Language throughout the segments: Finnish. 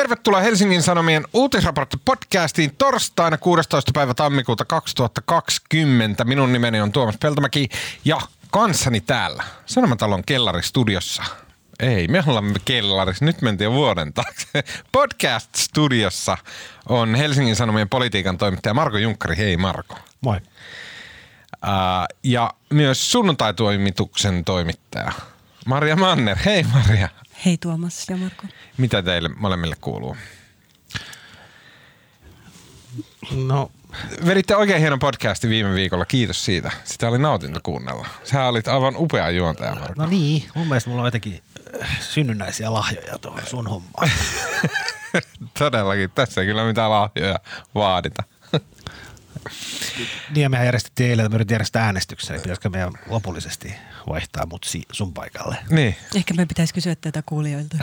Tervetuloa Helsingin Sanomien uutisraportti-podcastiin torstaina 16. päivä tammikuuta 2020. Minun nimeni on Tuomas Peltomäki ja kanssani täällä Sanomatalon kellaristudiossa. Ei, me ollaan kellarissa. Nyt mentiin vuoden taakse. Podcast-studiossa on Helsingin Sanomien politiikan toimittaja Marko Junkkari. Hei Marko. Moi. Ja myös sunnuntaitoimituksen toimittaja Maria Manner. Hei Maria. Hei Tuomas ja Marko. Mitä teille molemmille kuuluu? No, veditte oikein hienon podcastin viime viikolla. Kiitos siitä. Sitä oli nautinto kuunnella. Sä olit aivan upea juontaja, Marko. No niin, mun mielestä mulla on jotenkin synnynnäisiä lahjoja tuohon sun hommaan. Todellakin. Tässä ei kyllä mitään lahjoja vaadita. Niin ja mehän järjestettiin eilen, että me yritin järjestää äänestyksen, niin pitäisikö meidän lopullisesti vaihtaa mut sun paikalle? Niin. Ehkä me pitäisi kysyä tätä kuulijoilta.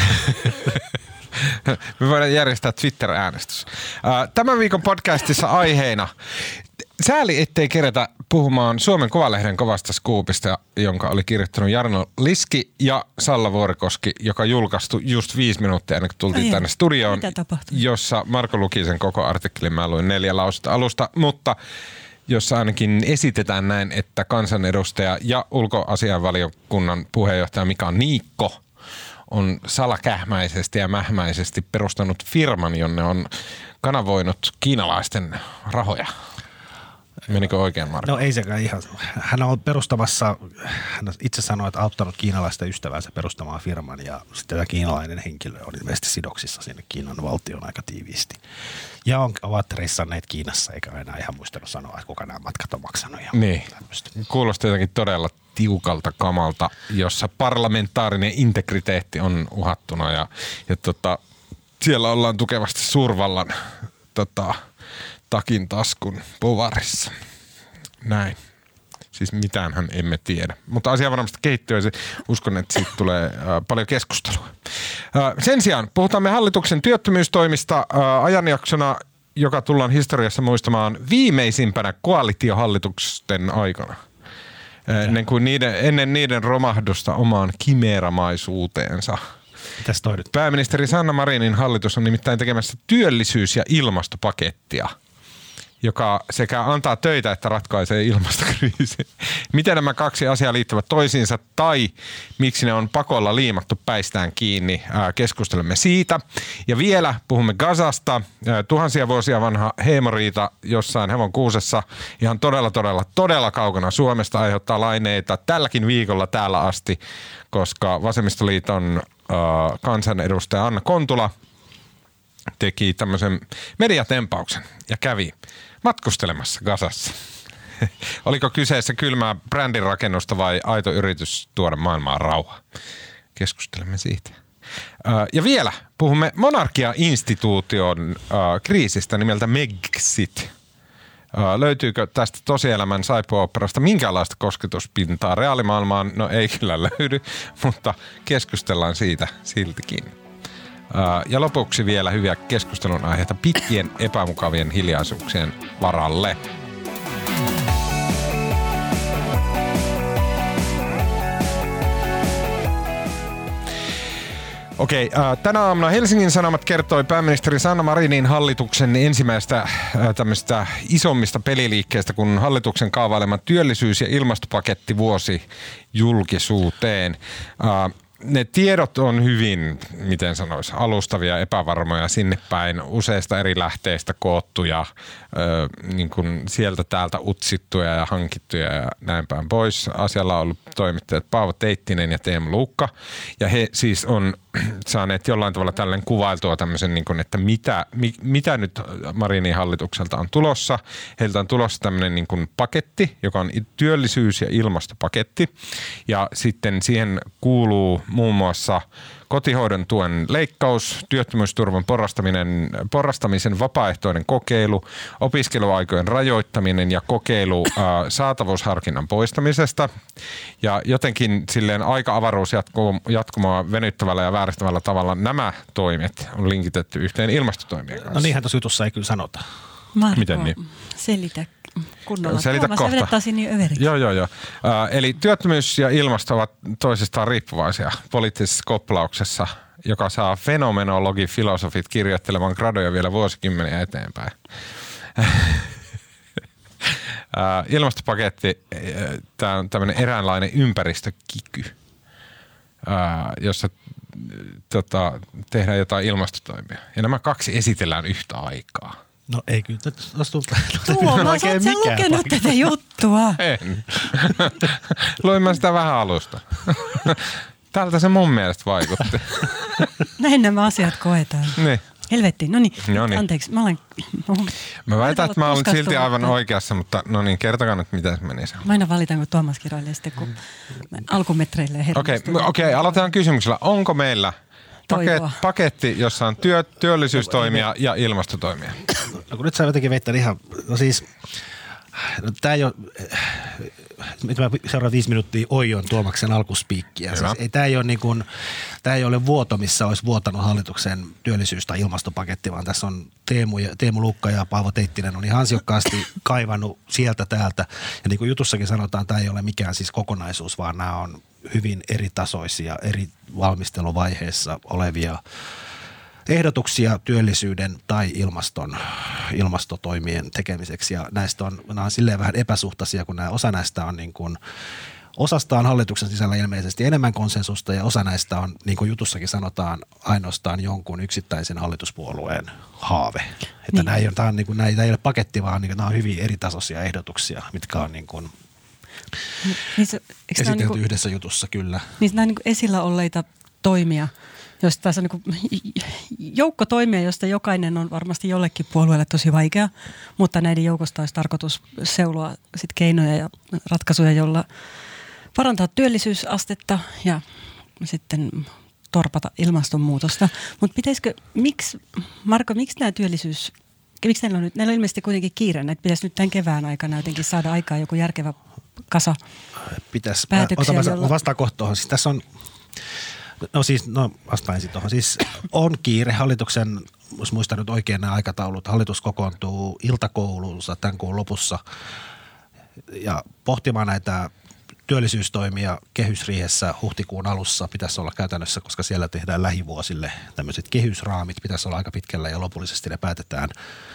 Me voidaan järjestää Twitter-äänestys. Tämän viikon podcastissa aiheena sääli, ettei kerätä puhumaan Suomen Kuvalehden kovasta skuupista, jonka oli kirjoittanut Jarno Liski ja Salla Vuorikoski, joka julkaistu just 5 minuuttia ennen kuin tultiin tänne studioon, jossa Marko luki sen koko artikkelin. Mä luin 4 lausetta alusta, mutta jossa ainakin esitetään näin, että kansanedustaja ja ulkoasiainvaliokunnan puheenjohtaja Mika Niikko on salakähmäisesti ja mähmäisesti perustanut firman, jonne on kanavoinut kiinalaisten rahoja. Menikö oikein, Marko? No ei sekään ihan. Hän on perustamassa, hän itse sanoi, että auttanut kiinalaista ystävänsä perustamaan firman ja sitten tämä kiinalainen henkilö on ilmeisesti sidoksissa sinne Kiinan valtioon aika tiiviisti. Ja ovat reissanneet Kiinassa eikä enää ihan muistanut sanoa, että kuka nämä matkat on maksanut. Niin, kuulostaa jotenkin todella tiukalta kamalta, jossa parlamentaarinen integriteetti on uhattuna ja siellä ollaan tukevasti suurvallan takin taskun povarissa. Näin. Siis mitäänhän emme tiedä. Mutta asia varmasti kehittyy ja uskon, että siitä tulee paljon keskustelua. Sen sijaan puhutaan me hallituksen työttömyystoimista ajanjaksona, joka tullaan historiassa muistamaan viimeisimpänä koalitiohallitusten aikana. Ennen niiden romahdusta omaan kimeeramaisuuteensa. Mitäs toi nyt? Pääministeri Sanna Marinin hallitus on nimittäin tekemässä työllisyys- ja ilmastopakettia, joka sekä antaa töitä että ratkaisee ilmastokriisin. Miten nämä 2 asiaa liittyvät toisiinsa tai miksi ne on pakolla liimattu päistään kiinni, keskustelemme siitä. Ja vielä puhumme Gazasta, tuhansia vuosia vanha heimoriita jossain hevonkuusessa, ihan todella kaukana Suomesta, aiheuttaa laineita tälläkin viikolla täällä asti, koska Vasemmistoliiton kansanedustaja Anna Kontula teki tämmöisen mediatempauksen ja kävi matkustelemassa Gazassa. Oliko kyseessä kylmää brändirakennusta vai aito yritys tuoda maailmaan rauhaa? Keskustelemme siitä. Ja vielä puhumme monarkia-instituution kriisistä nimeltä Megxit. Löytyykö tästä tosielämän saippuaoopperasta minkäänlaista kosketuspintaa reaalimaailmaan? No ei kyllä löydy, mutta keskustellaan siitä siltikin. Ja lopuksi vielä hyviä keskustelun aiheita pitkien epämukavien hiljaisuuksien varalle. Okei, tänä aamuna Helsingin Sanomat kertoi pääministeri Sanna Marinin hallituksen ensimmäistä tämmöistä isommista peliliikkeestä, kun hallituksen kaavailema työllisyys- ja ilmastopaketti vuosi julkisuuteen. Ne tiedot on hyvin, miten sanoisi, alustavia, epävarmoja sinne päin, useista eri lähteistä koottuja, niin kuin sieltä täältä utsittuja ja hankittuja ja näin päin pois. Asialla on ollut toimittajat Paavo Teittinen ja Teemu Luukka, ja he siis on saaneet jollain tavalla tälleen kuvailtua tämmöisen, niin kuin, että mitä nyt Marinin hallitukselta on tulossa. Heiltä on tulossa tämmöinen niin kuin paketti, joka on työllisyys- ja ilmastopaketti, ja sitten siihen kuuluu muun muassa kotihoidon tuen leikkaus, työttömyysturvan porrastamisen vapaaehtoinen kokeilu, opiskeluaikojen rajoittaminen ja kokeilu saatavuusharkinnan poistamisesta. Ja jotenkin silleen aika avaruusjatkumoa venyttävällä ja vääristävällä tavalla nämä toimet on linkitetty yhteen ilmastotoimien kanssa. No niinhän tuossa jutussa ei kyllä sanota. Marko, miten niin? Selitä kunnolla. Selitä Tuomas, kohta. Sä taas niin överiksi. Joo. Eli työttömyys ja ilmasto ovat toisistaan riippuvaisia poliittisessa koplauksessa joka saa fenomenologifilosofit kirjoittelemaan gradoja vielä vuosikymmeniä eteenpäin. Ilmastopaketti, tämä on tämmöinen eräänlainen ympäristökiky, jossa tehdään jotain ilmastotoimia. Ja nämä kaksi esitellään yhtä aikaa. No ei kyllä, Tuomas, oot sä lukenut tätä juttua? En. Luin mä sitä vähän alusta. Tältä se mun mielestä vaikutti. Näin nämä asiat koetaan. Niin. Helvetti, no niin, anteeksi, Mä väitän, että mä olen silti aivan oikeassa, mutta no niin, kertokaa nyt, miten se meni. Mä aina valitan, kun Tuomas kiroilee sitten, kun alkumetreille hermostuu. Okei, aloitetaan kysymyksellä. Onko meillä paketti, jossa on työllisyystoimia ja ilmastotoimia? No kun nyt sä jotenkin veittän ihan, no siis, tää ei ole, nyt mä seuraan 5 minuuttia Oijon Tuomaksen alkuspiikkiä. Siis tää ei ole niin kuin, tää ei ole vuoto, missä olisi vuotanut hallituksen työllisyys- tai ilmastopaketti, vaan tässä on Teemu Lukka ja Paavo Teittinen on ihan ansiokkaasti kaivannut sieltä täältä. Ja niin kuin jutussakin sanotaan, tää ei ole mikään siis kokonaisuus, vaan nämä on hyvin eritasoisia, eri valmisteluvaiheessa olevia ehdotuksia työllisyyden tai ilmastotoimien tekemiseksi. Ja nämä on silleen vähän epäsuhtaisia, kun osa näistä on niin kuin, osasta on hallituksen sisällä ilmeisesti enemmän konsensusta ja osa näistä on, niin kuin jutussakin sanotaan, ainoastaan jonkun yksittäisen hallituspuolueen haave. Että niin. Näitä ei ole paketti, vaan niin nämä on hyvin eritasoisia ehdotuksia, mitkä on niin kuin esitelty niin yhdessä jutussa, kyllä. Niin nämä niin esillä olleita toimia, joista tässä on niin joukko toimia, joista jokainen on varmasti jollekin puolueelle tosi vaikea, mutta näiden joukosta olisi tarkoitus seuloa sit keinoja ja ratkaisuja, joilla parantaa työllisyysastetta ja sitten torpata ilmastonmuutosta. Mutta miksi nämä miksi näillä on ilmeisesti kuitenkin kiire, että pitäisi nyt tämän kevään aikana jotenkin saada aikaan joku järkevä kasa päätöksiä, Mä vastaan kohta tuohon. Siis tässä on, vastaan ensin tuohon. Siis on kiire hallituksen, jos muistan nyt oikein nämä aikataulut, hallitus kokoontuu iltakouluunsa tämän kuun lopussa ja pohtimaan näitä työllisyystoimia kehysriihessä huhtikuun alussa pitäisi olla käytännössä, koska siellä tehdään lähivuosille tämmöiset kehysraamit, pitäisi olla aika pitkällä ja lopullisesti ne päätetään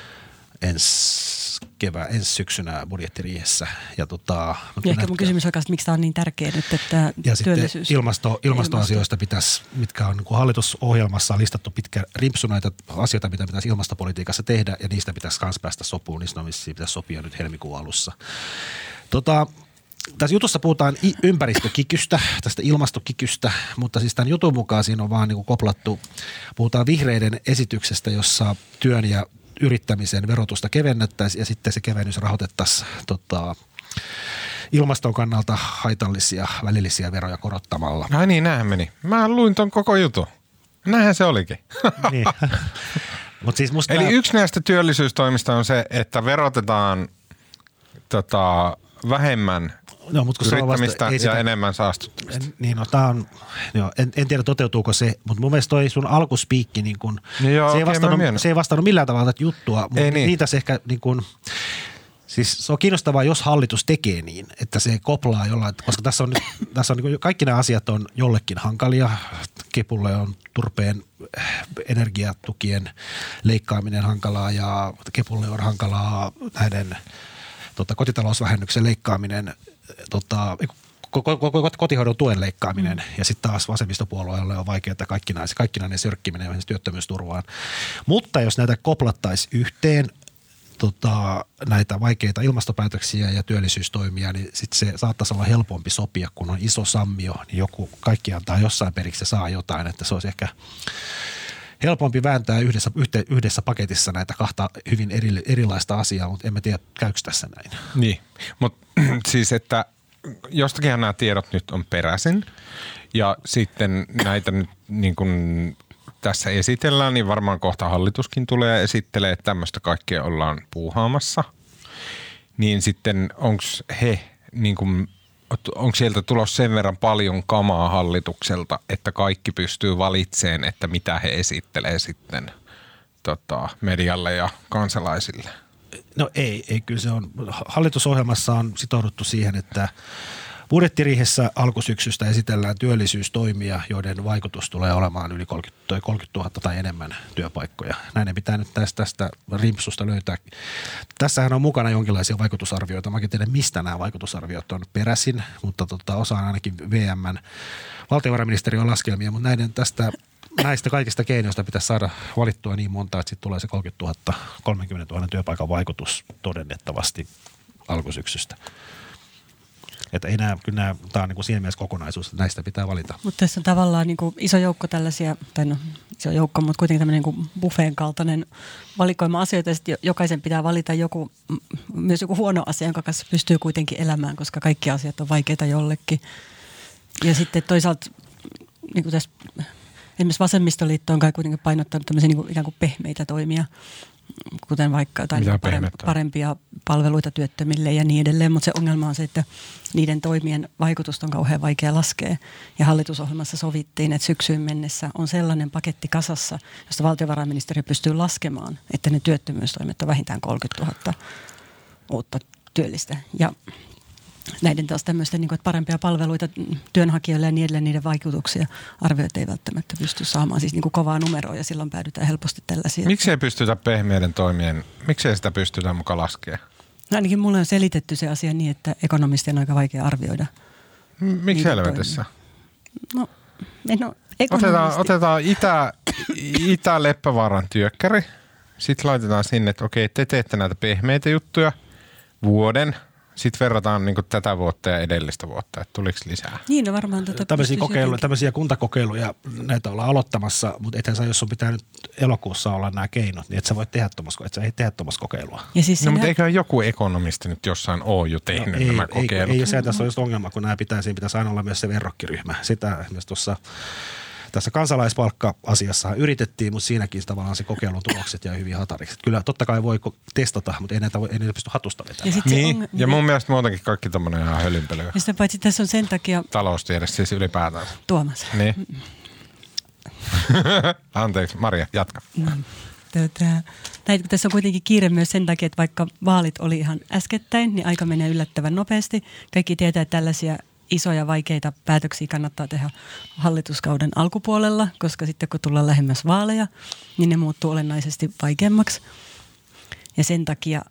ensi syksynä budjettiriihessä. Ja ehkä mun kysymys on, että miksi tämä on niin tärkeä nyt, että ja työllisyys. Sitten ilmastoasioista pitäisi, mitkä on niin kuin hallitusohjelmassa listattu pitkä rimpsu näitä asioita, mitä pitäisi ilmastopolitiikassa tehdä ja niistä pitäisi myös päästä sopuun, niistä pitäisi sopia nyt helmikuun alussa. Tässä jutussa puhutaan ympäristökikystä, tästä ilmastokikystä, mutta siis tämän jutun mukaan siinä on vaan niin kuin koplattu, puhutaan vihreiden esityksestä, jossa työn ja yrittämisen verotusta kevennettäisiin ja sitten se kevennys rahoitettaisiin ilmaston kannalta haitallisia välillisiä veroja korottamalla. Ai niin, näinhän meni. Mä luin ton koko jutun. Näinhän se olikin. Niin. Mut siis eli yksi näistä työllisyystoimista on se, että verotetaan vähemmän yrittämistä ja enemmän saastuttamista. En tiedä toteutuuko se, mutta mun mielestä toi sun alkuspiikki, niin kun, se ei vastannut millään tavalla tätä juttua, mutta niitä se ehkä niin kun, siis se on kiinnostavaa, jos hallitus tekee niin, että se koplaa jollain, koska tässä on niin kaikki nämä asiat on jollekin hankalia. Kepulle on turpeen energiatukien leikkaaminen hankalaa ja Kepulle on hankalaa näiden kotitalousvähennyksen leikkaaminen, kotihoidon tuen leikkaaminen ja sitten taas vasemmistopuolueelle on vaikeaa kaikkinainen sörkkiminen työttömyysturvaan. Mutta jos näitä koplattaisiin yhteen, näitä vaikeita ilmastopäätöksiä ja työllisyystoimia, niin sitten se saattaisi olla helpompi sopia, kun on iso sammio, niin kaikki antaa jossain periksi ja saa jotain, että se olisi ehkä helpompi vääntää yhdessä paketissa näitä kahta hyvin erilaista asiaa, mutta en mä tiedä, käykö tässä näin. Niin, mutta siis, että jostakinhan nämä tiedot nyt on peräisin ja sitten näitä nyt niin kuin tässä esitellään, niin varmaan kohta hallituskin tulee ja esittelee, että tämmöistä kaikkea ollaan puuhaamassa. Niin sitten onko sieltä tulossa sen verran paljon kamaa hallitukselta, että kaikki pystyy valitsemaan, että mitä he esittelee sitten medialle ja kansalaisille? No ei kyllä se on. Hallitusohjelmassa on sitouduttu siihen, että Budjettiriihessä alkusyksystä esitellään työllisyystoimia, joiden vaikutus tulee olemaan yli 30 000 tai enemmän työpaikkoja. Näin ei pitää nyt tästä rimpsusta löytää. Tässähän on mukana jonkinlaisia vaikutusarvioita. Mä en tiedä, mistä nämä vaikutusarviot on peräisin, mutta osa on ainakin VM:n valtiovarainministeriön laskelmia, mutta näistä kaikista keinoista pitäisi saada valittua niin monta, että sitten tulee se 30 000 työpaikan vaikutus todennettavasti alkusyksystä. Että ei tämä on niin siinä mielessä kokonaisuus, että näistä pitää valita. Mutta tässä on tavallaan niin iso joukko tällaisia, iso joukko, mutta kuitenkin tämmöinen niin buffeen kaltainen valikoima asioita. Ja sitten jokaisen pitää valita myös joku huono asia, jonka kanssa pystyy kuitenkin elämään, koska kaikki asiat on vaikeita jollekin. Ja sitten toisaalta niin kuin tässä esimerkiksi vasemmistoliitto on kai kuitenkin painottanut tämmöisiä niin kuin ikään kuin pehmeitä toimia, kuten vaikka jotain parempia palveluita työttömille ja niin edelleen. Mutta se ongelma on se, että niiden toimien vaikutusta on kauhean vaikea laskea. Ja hallitusohjelmassa sovittiin, että syksyyn mennessä on sellainen paketti kasassa, josta valtiovarainministeriö pystyy laskemaan, että ne työttömyystoimet on vähintään 30 000 uutta työllistä. Ja näiden taas tämmöisten niin kuin, parempia palveluita työnhakijoille ja niin edelleen, niiden vaikutuksia arvioit ei välttämättä pysty saamaan. Siis niin kuin kovaa numeroa ja silloin päädytään helposti tällaisia. Miksei pystytä pehmeiden toimien, miksei sitä pystytä mukaan laskemaan? No ainakin mulle on selitetty se asia niin, että ekonomistien on aika vaikea arvioida. Miksi helvetissä? No, ekonomisti. Otetaan Itä-Leppävaaran työkkäri. Sitten laitetaan sinne, että okei, te teette näitä pehmeitä juttuja vuoden. Sitten verrataan niin kuin tätä vuotta ja edellistä vuotta, että tuliko lisää. Niin, no varmaan tämmöisiä kuntakokeiluja näitä ollaan aloittamassa, mutta ethän sä, jos on pitää nyt elokuussa olla nämä keinot, niin et sä voi tehdä tuommoista kokeilua. Siis no, mutta eiköhän joku ekonomisti nyt jossain ole jo tehnyt nämä kokeilut? Ei, tässä on just ongelma, kun siinä pitäisi aina olla myös se verrokkiryhmä. Sitä myös tässä kansalaispalkka-asiassa yritettiin, mutta siinäkin tavallaan se kokeilun tulokset jäi hyvin hatariksi. Kyllä totta kai voi testata, mutta ei näitä pysty hatusta vetämään. Ja mun mielestä muutenkin kaikki tommoinen ihan hölynpölyä. Ja sitä paitsi tässä on sen takia... Taloustiede siis ylipäätään. Tuomas. Niin. Anteeksi, Maria, jatka. Tässä on kuitenkin kiire myös sen takia, että vaikka vaalit oli ihan äskettäin, niin aika menee yllättävän nopeasti. Kaikki tietää, että tällaisia isoja vaikeita päätöksiä kannattaa tehdä hallituskauden alkupuolella, koska sitten kun tullaan lähemmäs vaaleja, niin ne muuttuu olennaisesti vaikeammaksi. Ja sen takia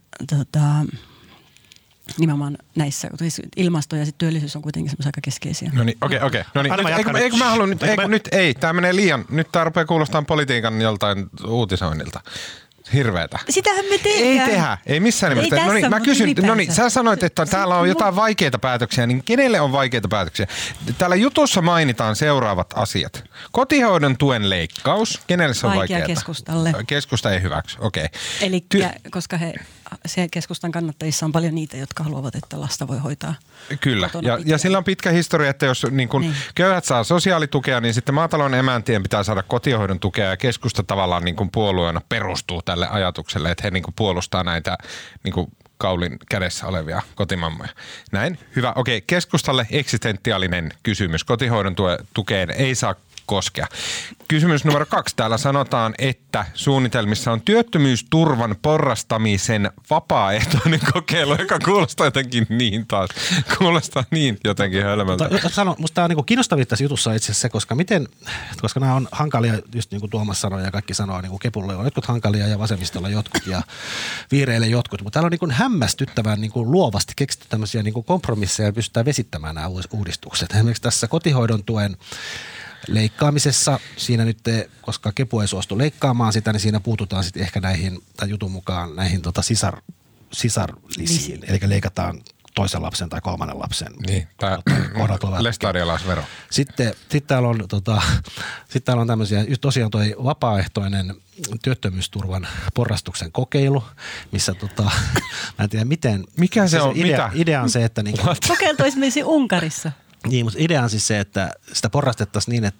nimenomaan näissä, ilmasto ja työllisyys on kuitenkin semmoisia aika keskeisiä. No niin, okei. No niin, eikö mä haluan nyt, tämä menee liian, nyt tämä rupeaa kuulostamaan politiikan joltain uutisoinnilta. Hirveetä. Sitähän me tehdään. Ei tehdä, ei missään nimessä. No niin, mä kysyn, sä sanoit, että täällä on jotain vaikeita päätöksiä, niin kenelle on vaikeita päätöksiä? Täällä jutussa mainitaan seuraavat asiat. Kotihoidon tuen leikkaus, kenelle se on vaikeaa? Vaikea keskustalle. Keskusta ei hyväksy, okei. Eli koska se keskustan kannattajissa on paljon niitä, jotka haluavat, että lasta voi hoitaa. Kyllä, ja sillä on pitkä historia, että jos niin köyhät saa sosiaalitukea, niin sitten maatalon emäntien pitää saada kotihoidon tukea, ja keskusta tavallaan niin kuin puolueena perustuu tälle ajatukselle, että he niin kuin puolustaa näitä niin kuin kaulin kädessä olevia kotimammoja. Näin, hyvä. Okei, keskustalle eksistentiaalinen kysymys. Kotihoidon tukeen ei saa koskea. Kysymys numero 2. Täällä sanotaan, että suunnitelmissa on työttömyysturvan porrastamisen vapaaehtoinen kokeilu, joka kuulostaa jotenkin niin taas. Kuulostaa niin jotenkin hölmöltä. Musta tämä on niin kiinnostavia tässä jutussa itse asiassa se, koska nämä on hankalia, just niin kuin Tuomas sanoi ja kaikki sanoo, niin kuin Kepulle on jotkut hankalia ja vasemmistolla jotkut ja vihreille jotkut. Mutta täällä on niin kuin hämmästyttävän niin kuin luovasti keksitty tämmöisiä niin kuin kompromisseja ja pystytään vesittämään nämä uudistukset. Esimerkiksi tässä kotihoidon tuen leikkaamisessa, siinä nyt, koska Kepu ei suostu leikkaamaan sitä, niin siinä puututaan sitten ehkä näihin, tai jutun mukaan näihin sisarlisiin, eli leikataan toisen lapsen tai kolmannen lapsen. Niin, tämä lestadialaisvero. Sitten täällä on tämmöisiä, tosiaan toi vapaaehtoinen työttömyysturvan porrastuksen kokeilu, missä mä en tiedä miten. Mikä se on? Idea on se, että kokeiltu esimerkiksi Unkarissa. Niin, mutta idea on siis se, että sitä porrastettaisiin niin, että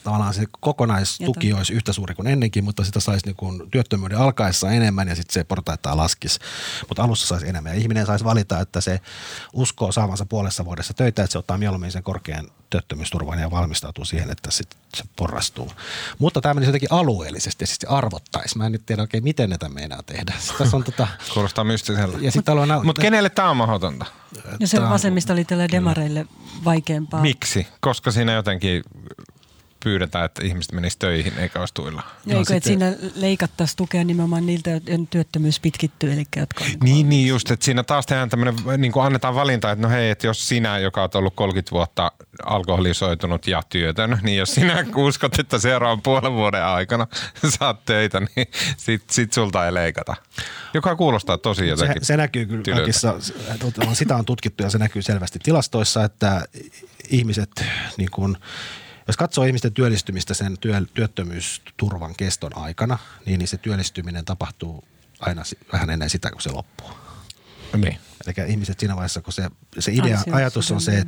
tavallaan se kokonaistuki olisi yhtä suuri kuin ennenkin, mutta sitä saisi niin kuin työttömyyden alkaessa enemmän ja sitten se portaittain laskisi. Mutta alussa saisi enemmän ja ihminen saisi valita, että se uskoo saavansa puolessa vuodessa töitä, että se ottaa mieluummin sen korkean työttömyysturvan ja valmistautuu siihen, että sit se porrastuu. Mutta tämä menisi jotenkin alueellisesti ja sitten se arvottaisi. Mä en nyt tiedä oikein, miten näitä meinaa tehdä. Tässä on Kuulostaa mystisellä. Mutta kenelle tämä on mahdotonta? Ja se vasemmistoliitolle ja demareille vaikeampaa. Miksi? Koska siinä jotenkin pyydetään, että ihmiset menisivät töihin eikä olisi tuilla. Eikö, että siinä leikattaisiin tukea nimenomaan niiltä, joiden työttömyys pitkittyy, eli jotka on Niin just, että siinä taas tehdään tämmöinen, niin kuin annetaan valinta, että no hei, että jos sinä, joka olet ollut 30 vuotta alkoholisoitunut ja työtön, niin jos sinä uskot, että seuraavan puolen vuoden aikana saat töitä, niin sit sulta ei leikata. Joka kuulostaa tosi jotenkin se näkyy kyllä kaikissa, sitä on tutkittu ja se näkyy selvästi tilastoissa, että ihmiset niin kuin jos katsoo ihmisten työllistymistä sen työttömyysturvan keston aikana, niin se työllistyminen tapahtuu aina vähän ennen sitä, kun se loppuu. Niin. Eli ihmiset siinä vaiheessa, kun se ajatus on se,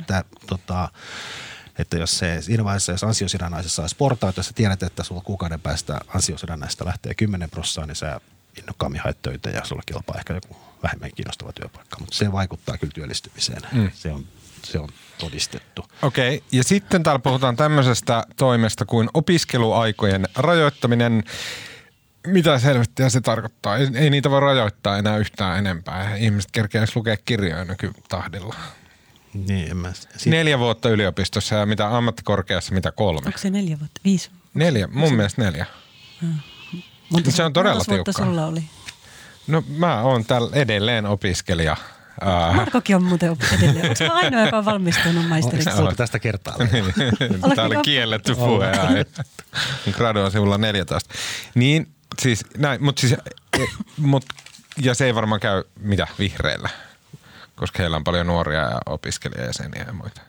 että jos se siinä vaiheessa, jos ansiosidonnaisessa olisi portaat, jos sä tiedät, että sulla kuukauden päästä ansiosidonnaisesta lähtee 10%, niin sä innokkaammin haet töitä ja sulla kilpaa ehkä joku vähemmän kiinnostava työpaikka. Mutta se vaikuttaa kyllä työllistymiseen. Se on todistettu. Okei, ja sitten täällä puhutaan tämmöisestä toimesta kuin opiskeluaikojen rajoittaminen. Mitä selvettiä se tarkoittaa? Ei niitä voi rajoittaa enää yhtään enempää. Ihmiset kerkeäisi lukea kirjoja nykytahdilla. Niin, 4 vuotta yliopistossa ja mitä ammattikorkeassa, mitä 3. Onko se 4 vuotta? 5? 4, mun mielestä 4. Mutta se on todella tiukka. Monta sulla oli? No mä oon täällä edelleen opiskelija. Markokin on muuten edelleen. Onko mä ainoa, joka on valmistunut maisteriksi? Oletko tästä kertaa? Tämä oli kielletty puhe. Gradu on sivulla 14. Niin, siis näin, ja se ei varmaan käy vihreillä, koska heillä on paljon nuoria ja opiskelijajäseniä ja muita.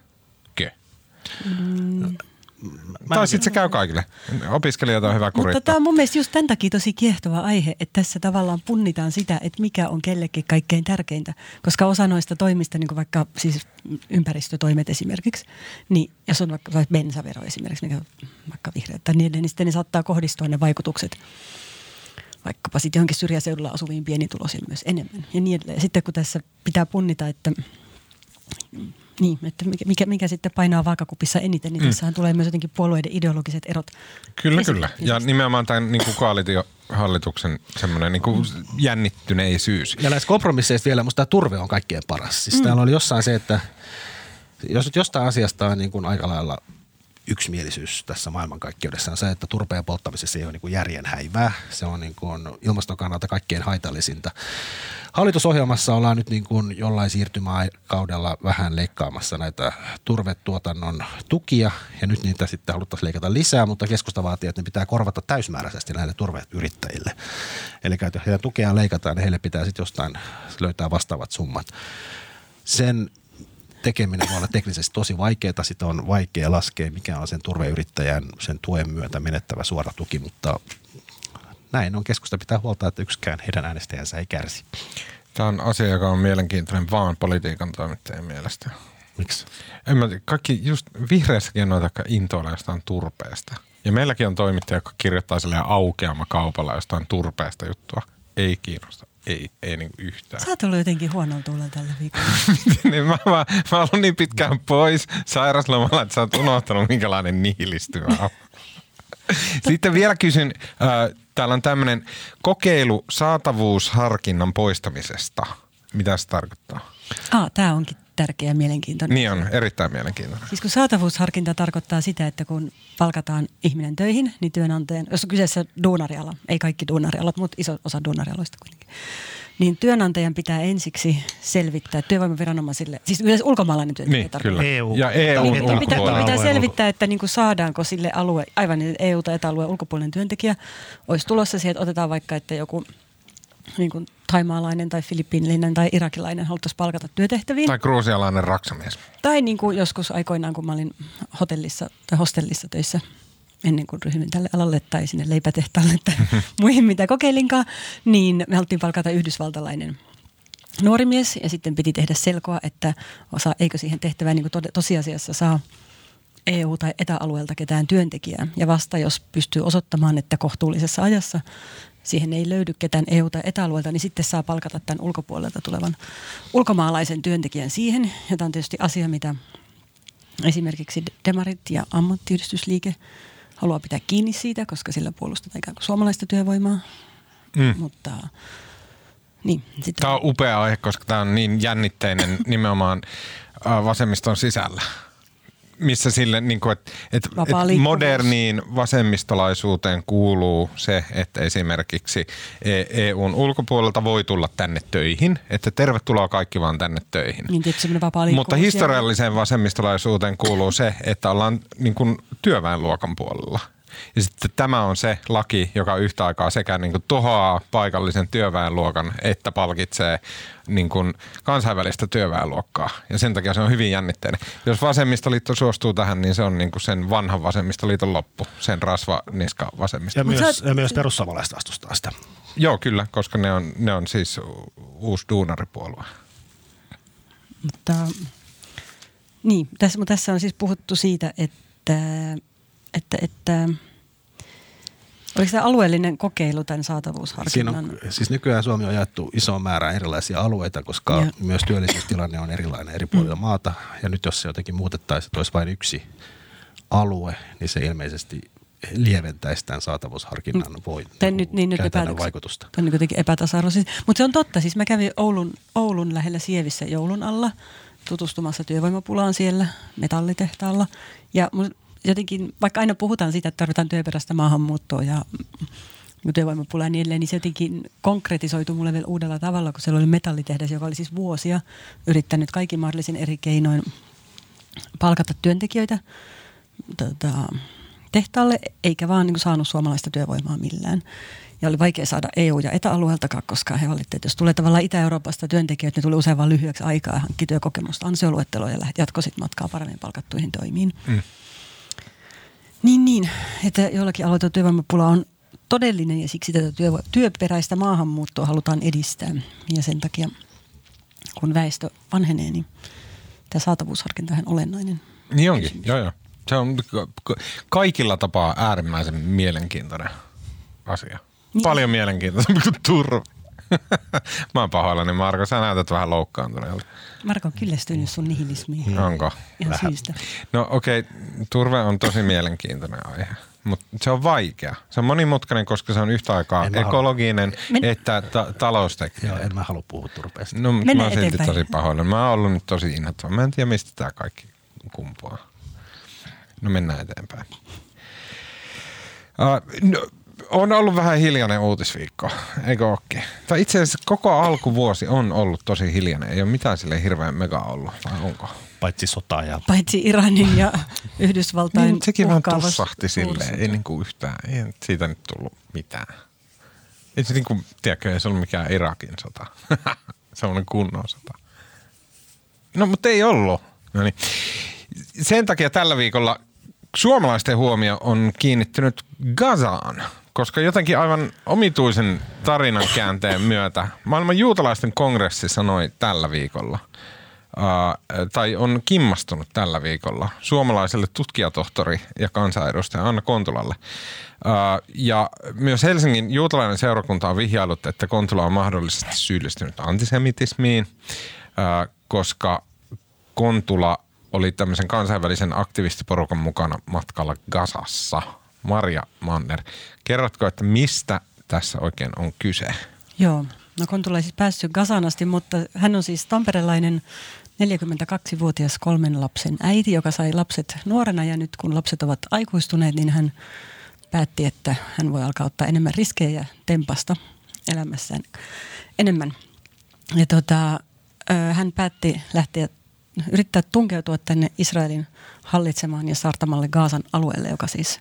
Tai sitten se käy kaikille. Opiskelijat on hyvä kurittaa. Mutta tämä on mun mielestä just tämän takia tosi kiehtova aihe, että tässä tavallaan punnitaan sitä, että mikä on kellekin kaikkein tärkeintä. Koska osa noista toimista, niin kuin vaikka siis ympäristötoimet esimerkiksi, niin jos on vaikka bensavero esimerkiksi, mikä on vaikka vihreät tai niin sitten ne saattaa kohdistua ne vaikutukset vaikkapa sitten johonkin syrjäseudulla asuviin pienituloisiin myös enemmän ja niin edelleen. Ja sitten kun tässä pitää punnita, että niin, että mikä sitten painaa vaakakupissa eniten, niin tässähän tulee myös jotenkin puolueiden ideologiset erot. Kyllä. Ja nimenomaan tämän niin kuin koalitiohallituksen semmoinen niin kuin jännittyneisyys. Ja näissä kompromisseissa vielä, musta tämä turve on kaikkein paras. Siis täällä oli jossain se, että jos nyt jostain asiasta on niin kuin aika lailla yksimielisyys tässä maailmankaikkeudessa on se, että turpeen polttamisessa ei ole niin kuin järjen häivää. Se on niin kuin ilmaston kannalta kaikkein haitallisinta. Hallitusohjelmassa ollaan nyt niin kuin jollain siirtymäkaudella vähän leikkaamassa näitä turvetuotannon tukia ja nyt niitä sitten haluttaisiin leikata lisää, mutta keskusta vaatii, että ne pitää korvata täysmääräisesti näille turveyrittäjille. Eli jos heidän tukeaan leikataan, niin heille pitää sitten jostain löytää vastaavat summat. Sen tekeminen voi olla teknisesti tosi vaikeaa, sitä on vaikea laskea, mikä on sen turveyrittäjän sen tuen myötä menettävä suora tuki, mutta näin on. Keskusta pitää huolta, että yksikään heidän äänestäjänsä ei kärsi. Tämä on asia, joka on mielenkiintoinen vaan politiikan toimittajien mielestä. Miksi? Kaikki just vihreässäkin on noita intoilla jostain turpeesta. Ja meilläkin on toimittaja, joka kirjoittaa silleen aukeama kaupalla jostain turpeesta juttua. Ei kiinnosta. Ei niin yhtään. Sä oot ollut jotenkin huonolla tuulella tällä viikolla. Niin mä oon ollut niin pitkään pois sairaslomalla, että sä oot unohtanut minkälainen nihilisti mä oon. Sitten vielä kysyn, täällä on tämmöinen kokeilu saatavuusharkinnan poistamisesta. Mitä se tarkoittaa? Tää onkin tärkeä ja mielenkiintoinen. Niin on, erittäin mielenkiintoinen. Siis kun saatavuusharkinta tarkoittaa sitä, että kun palkataan ihminen töihin, niin työnantajan, jos on kyseessä duunariala, ei kaikki duunarialat, mutta iso osa duunarialoista kuitenkin, niin työnantajan pitää ensiksi selvittää työvoimaviranomaisille, siis yleensä ulkomaalainen työntekijä niin, kyllä. EU. Ja EU pitää selvittää, että niin kuin saadaanko sille alue, aivan EU- tai etäalueen ulkopuolinen työntekijä, olisi tulossa siihen, että otetaan vaikka, että joku niin kuin thaimaalainen tai filippiiniläinen tai irakilainen haluttaisiin palkata työtehtäviin. Tai gruusialainen raksamies. Tai niin kuin joskus aikoinaan, kun mä olin hotellissa tai hostellissa töissä ennen kuin ryhdyin tälle alalle tai sinne leipätehtaalle tai muihin mitä kokeilinkaan, niin me haluttiin palkata yhdysvaltalainen nuori mies ja sitten piti tehdä selkoa, että eikö siihen tehtävään niin kuin tosiasiassa saa EU- tai etäalueelta ketään työntekijää. Ja vasta jos pystyy osoittamaan, että kohtuullisessa ajassa siihen ei löydy ketään EU- tai etäalueelta, niin sitten saa palkata tämän ulkopuolelta tulevan ulkomaalaisen työntekijän siihen. Ja tämä on tietysti asia, mitä esimerkiksi demarit ja ammattiyhdistysliike haluaa pitää kiinni siitä, koska sillä puolustetaan ikään kuin suomalaista työvoimaa. Mutta niin, tämä on upea aihe, koska tämä on niin jännitteinen nimenomaan vasemmiston sisällä. Missä sille, niin kuin, että moderniin vasemmistolaisuuteen kuuluu se, että esimerkiksi EUn ulkopuolelta voi tulla tänne töihin, että tervetuloa kaikki vaan tänne töihin. Niin, mutta historialliseen vasemmistolaisuuteen kuuluu se, että ollaan niin kuin työväenluokan puolella. Ja sitten tämä on se laki, joka yhtä aikaa sekä niin kuin tuhoaa paikallisen työväenluokan että palkitsee niin kuin kansainvälistä työväenluokkaa. Ja sen takia se on hyvin jännitteinen. Jos vasemmistoliitto suostuu tähän, niin se on niin kuin sen vanhan vasemmistoliiton loppu, sen rasvaniska vasemmistoliitto. Ja myös perussuomalaiset vastustaa sitä. Joo, kyllä, koska ne on siis uusi duunaripuolue. Mutta niin, tässä on siis puhuttu siitä, että oliko tämä alueellinen kokeilu tämän saatavuusharkinnan? Siis nykyään Suomi on jaettu isoon määrään erilaisia alueita, koska myös työllisyystilanne on erilainen eri puolilla maata. Ja nyt jos se jotenkin muutettaisiin, että olisi vain yksi alue, niin se ilmeisesti lieventäisi tämän saatavuusharkinnan käytännön vaikutusta. Tämä on kuitenkin epätasa-arvo. Mutta se on totta. Siis mä kävin Oulun lähellä Sievissä joulun alla tutustumassa työvoimapulaan siellä metallitehtaalla. Ja jotenkin, vaikka aina puhutaan siitä, että tarvitaan työperäistä maahanmuuttoa ja työvoimapulaa ja niin edelleen, niin se jotenkin konkretisoitu mulle vielä uudella tavalla, kun siellä oli metallitehdas, joka oli siis vuosia yrittänyt kaikin mahdollisin eri keinoin palkata työntekijöitä tehtaalle, eikä vaan niin kuin saanut suomalaista työvoimaa millään. Ja oli vaikea saada EU- ja etäalueeltakaan, koska he valittivat, että jos tulee tavallaan Itä-Euroopasta työntekijöitä, ne tuli usein vain lyhyeksi aikaa ja hankki työkokemusta, ansioluetteloa ja jatko sitten matkaa paremmin palkattuihin toimiin. Niin, että jollakin aloilla työvoimapula on todellinen ja siksi tätä työperäistä maahanmuuttoa halutaan edistää. Ja sen takia, kun väestö vanhenee, niin tämä saatavuusharkinta on olennainen. Niin onkin, joo. Se on kaikilla tapaa äärimmäisen mielenkiintoinen asia. Niin. Paljon mielenkiintoisempi kuin turve. Mä oon pahoillani, Marko. Sä näytät vähän loukkaantuneelta. Marko on kyllästynyt sun nihilismiin. Onko? Ihan syystä. No okei, turve on tosi mielenkiintoinen aihe, mutta se on vaikea. Se on monimutkainen, koska se on yhtä aikaa ekologinen että taloustekninen. Joo, en mä halua puhua turpeesta. No, mä oon silti tosi pahoillani. Mä oon ollut nyt tosi inhottava. Mä en tiedä, mistä tää kaikki kumpuaa. No mennään eteenpäin. On ollut vähän hiljainen uutisviikko, eikö ookin? Tai itse asiassa koko alkuvuosi on ollut tosi hiljainen. Ei ole mitään silleen hirveän mega ollut, vai onko? Paitsi sotaa ja... Paitsi Iranin ja Yhdysvaltain niin, sekin vähän tussahti silleen, ei niinku yhtään, ei siitä nyt tullut mitään. Ei se niinku, tiedätkö, ei se ollut mikään Irakin sota. Sellainen kunnon sota. No, mutta ei ollut. No niin. Sen takia tällä viikolla suomalaisten huomio on kiinnittynyt Gazaan, koska jotenkin aivan omituisen tarinan käänteen myötä maailman juutalaisten kongressi sanoi tällä viikolla, tai on kimmastunut tällä viikolla suomalaiselle tutkijatohtori ja kansanedustaja Anna Kontulalle. Ja myös Helsingin juutalainen seurakunta on vihjailut, että Kontula on mahdollisesti syyllistynyt antisemitismiin, koska Kontula oli tämmöisen kansainvälisen aktivistiporukan mukana matkalla Gazassa. Marja Manner, kerrotko, että mistä tässä oikein on kyse? Joo, no Kontula ei siis päässyt Gazaan asti, mutta hän on siis tamperelainen 42-vuotias 3 lapsen äiti, joka sai lapset nuorena ja nyt kun lapset ovat aikuistuneet, niin hän päätti, että hän voi alkaa ottaa enemmän riskejä ja tempasta elämässään enemmän. Ja hän päätti lähteä yrittää tunkeutua tänne Israelin hallitsemaan ja saartamalle Gazan alueelle, joka siis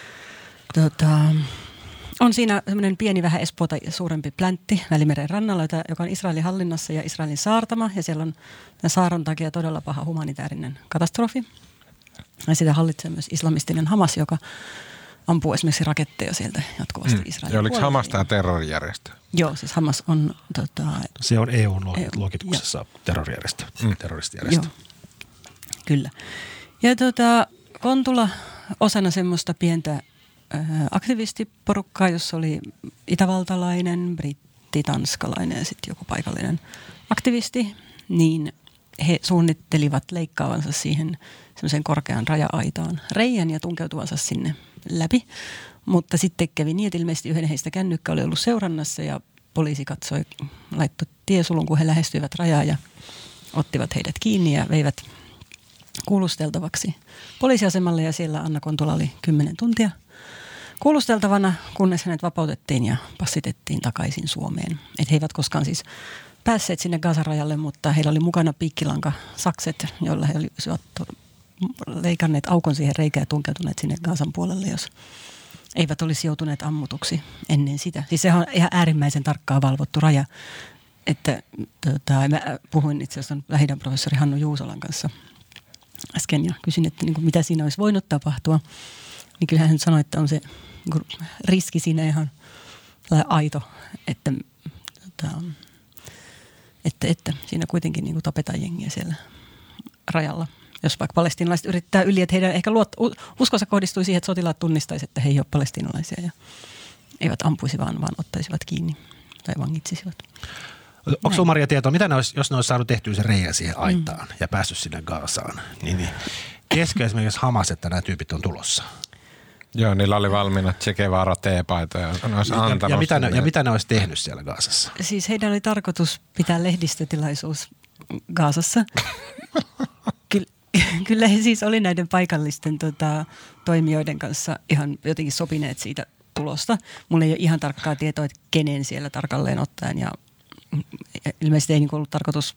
on siinä semmoinen pieni vähän Espoota suurempi pläntti Välimeren rannalla, joka on Israelin hallinnassa ja Israelin saartama. Ja siellä on tämän saaron takia todella paha humanitaarinen katastrofi. Ja sitä hallitsee myös islamistinen Hamas, joka ampuu esimerkiksi raketteja sieltä jatkuvasti Israelin. Ja oliko Hamas tämä terrorijärjestö? Joo, siis Hamas on... se on EU:n luokituksessa terroristijärjestö. Joo, kyllä. Ja Kontula osana semmoista pientä aktivistiporukkaa, jossa oli itävaltalainen, britti, tanskalainen ja sitten joku paikallinen aktivisti, niin he suunnittelivat leikkaavansa siihen semmoiseen korkeaan raja-aitaan reiän ja tunkeutuvansa sinne läpi. Mutta sitten kävi niin, että ilmeisesti yhden heistä kännykkä oli ollut seurannassa ja poliisi laittoi tiesulun, kun he lähestyivät rajaa ja ottivat heidät kiinni ja veivät kuulusteltavaksi poliisiasemalle ja siellä Anna Kontula oli 10 tuntia kuulusteltavana, kunnes hänet vapautettiin ja passitettiin takaisin Suomeen. Et he eivät koskaan siis päässeet sinne Gazan rajalle, mutta heillä oli mukana piikkilankasakset, joilla he olisivat leikanneet aukon siihen reikään ja tunkeutuneet sinne Gazan puolelle, jos eivät olisi joutuneet ammutuksi ennen sitä. Siis se on ihan äärimmäisen tarkkaan valvottu raja. Että mä puhuin itse asiassa Lähi-idän professori Hannu Juusolan kanssa äsken ja kysyin, että niin kuin mitä siinä olisi voinut tapahtua. Niin kyllähän hän sanoi, että on se niin riski siinä ihan aito, että siinä kuitenkin niin kuin tapetaan jengiä siellä rajalla. Jos vaikka palestiinalaiset yrittää yli, että heidän ehkä uskonsa kohdistui siihen, että sotilaat tunnistaisivat, että he ei ole palestiinalaisia ja eivät ampuisi, vaan ottaisivat kiinni tai vangitsisivat. Onko sinulla, Maria, tietoa, mitä ne olisi, jos ne olisi saanut tehtyä sen reijän siihen aitaan ja päässyt sinne Gazaan? Niin tieskö esimerkiksi Hamas, että nämä tyypit on tulossa? Joo, niillä oli valmiina Che Guevara teepaitoja. Ja mitä ne olisi tehnyt siellä Gazassa? Siis heidän oli tarkoitus pitää lehdistötilaisuus Gazassa. Kyllä he siis oli näiden paikallisten toimijoiden kanssa ihan jotenkin sopineet siitä tulosta. Mulla ei ole ihan tarkkaa tietoa, että kenen siellä tarkalleen ottaen ja ilmeisesti ei ollut tarkoitus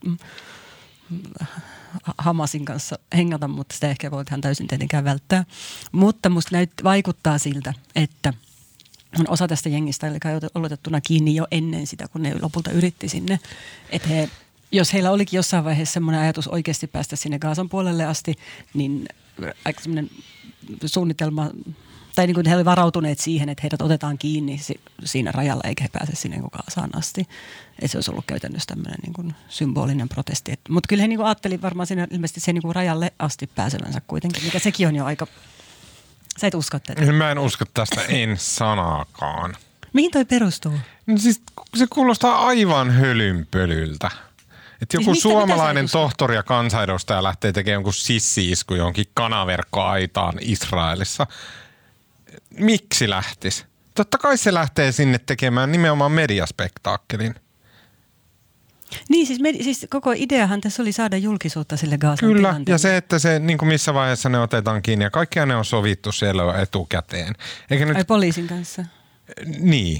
Hamasin kanssa hengata, mutta sitä ehkä voi ihan täysin tietenkään välttää. Mutta musta vaikuttaa siltä, että osa tästä jengistä oli oletettuna kiinni jo ennen sitä, kun ne lopulta yritti sinne. Että jos heillä olikin jossain vaiheessa semmoinen ajatus oikeasti päästä sinne Gazan puolelle asti, niin aika semmoinen suunnitelma, tai niin kuin he olivat varautuneet siihen, että heidät otetaan kiinni siinä rajalla, eikä he pääse sinne Gazaan asti. Että se olisi ollut käytännössä tämmöinen niin kuin symbolinen protesti. Mutta kyllä he niin kuin ajatteli varmaan siinä ilmeisesti sen niin kuin rajalle asti pääsevänsä kuitenkin, mikä sekin on jo aika. Sä et usko tätä. Mä en usko tästä en sanaakaan. Mihin toi perustuu? No siis se kuulostaa aivan hölynpölyltä. Että joku siis suomalainen tohtori ja kansanedustaja lähtee tekemään jonkun sissi-isku johonkin kanaverkkoaitaan Israelissa. Miksi lähtisi? Totta kai se lähtee sinne tekemään nimenomaan mediaspektaakkelin. Niin, siis koko ideahan tässä oli saada julkisuutta sille Gazan Kyllä, tilanteelle. ja se, että se niin kuin missä vaiheessa ne otetaan kiinni ja kaikkea ne on sovittu siellä etukäteen. Eikä nyt... Ai poliisin kanssa? Niin.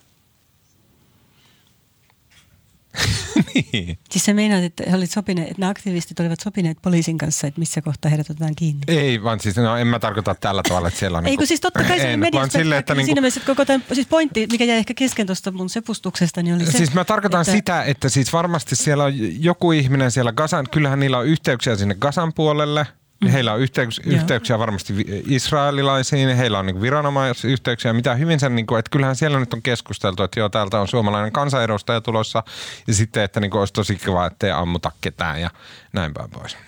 Niin. Siis sä meinaat, että nämä aktivistit olivat sopineet poliisin kanssa, että missä kohtaa heidät otetaan kiinni? Ei, vaan siis en mä tarkoita tällä tavalla, että siellä on... Ei, kun siis totta kai se oli mediaspektaakeli. Siinä mielessä, että koko tämän siis pointti, mikä jäi ehkä kesken tuosta mun sepustuksesta, niin oli se... Siis mä tarkoitan sitä, että siis varmasti siellä on joku ihminen siellä Gazan, kyllähän niillä on yhteyksiä sinne Gazan puolelle. Heillä on yhteyksiä varmasti israelilaisiin, heillä on niin viranomaisyhteyksiä, mitä hyvin sen, niin kuin, että kyllähän siellä nyt on keskusteltu, että joo, täältä on suomalainen kansanedustaja tulossa ja sitten, että niin kuin, olisi tosi kiva, ettei ammuta ketään ja näin päin pois.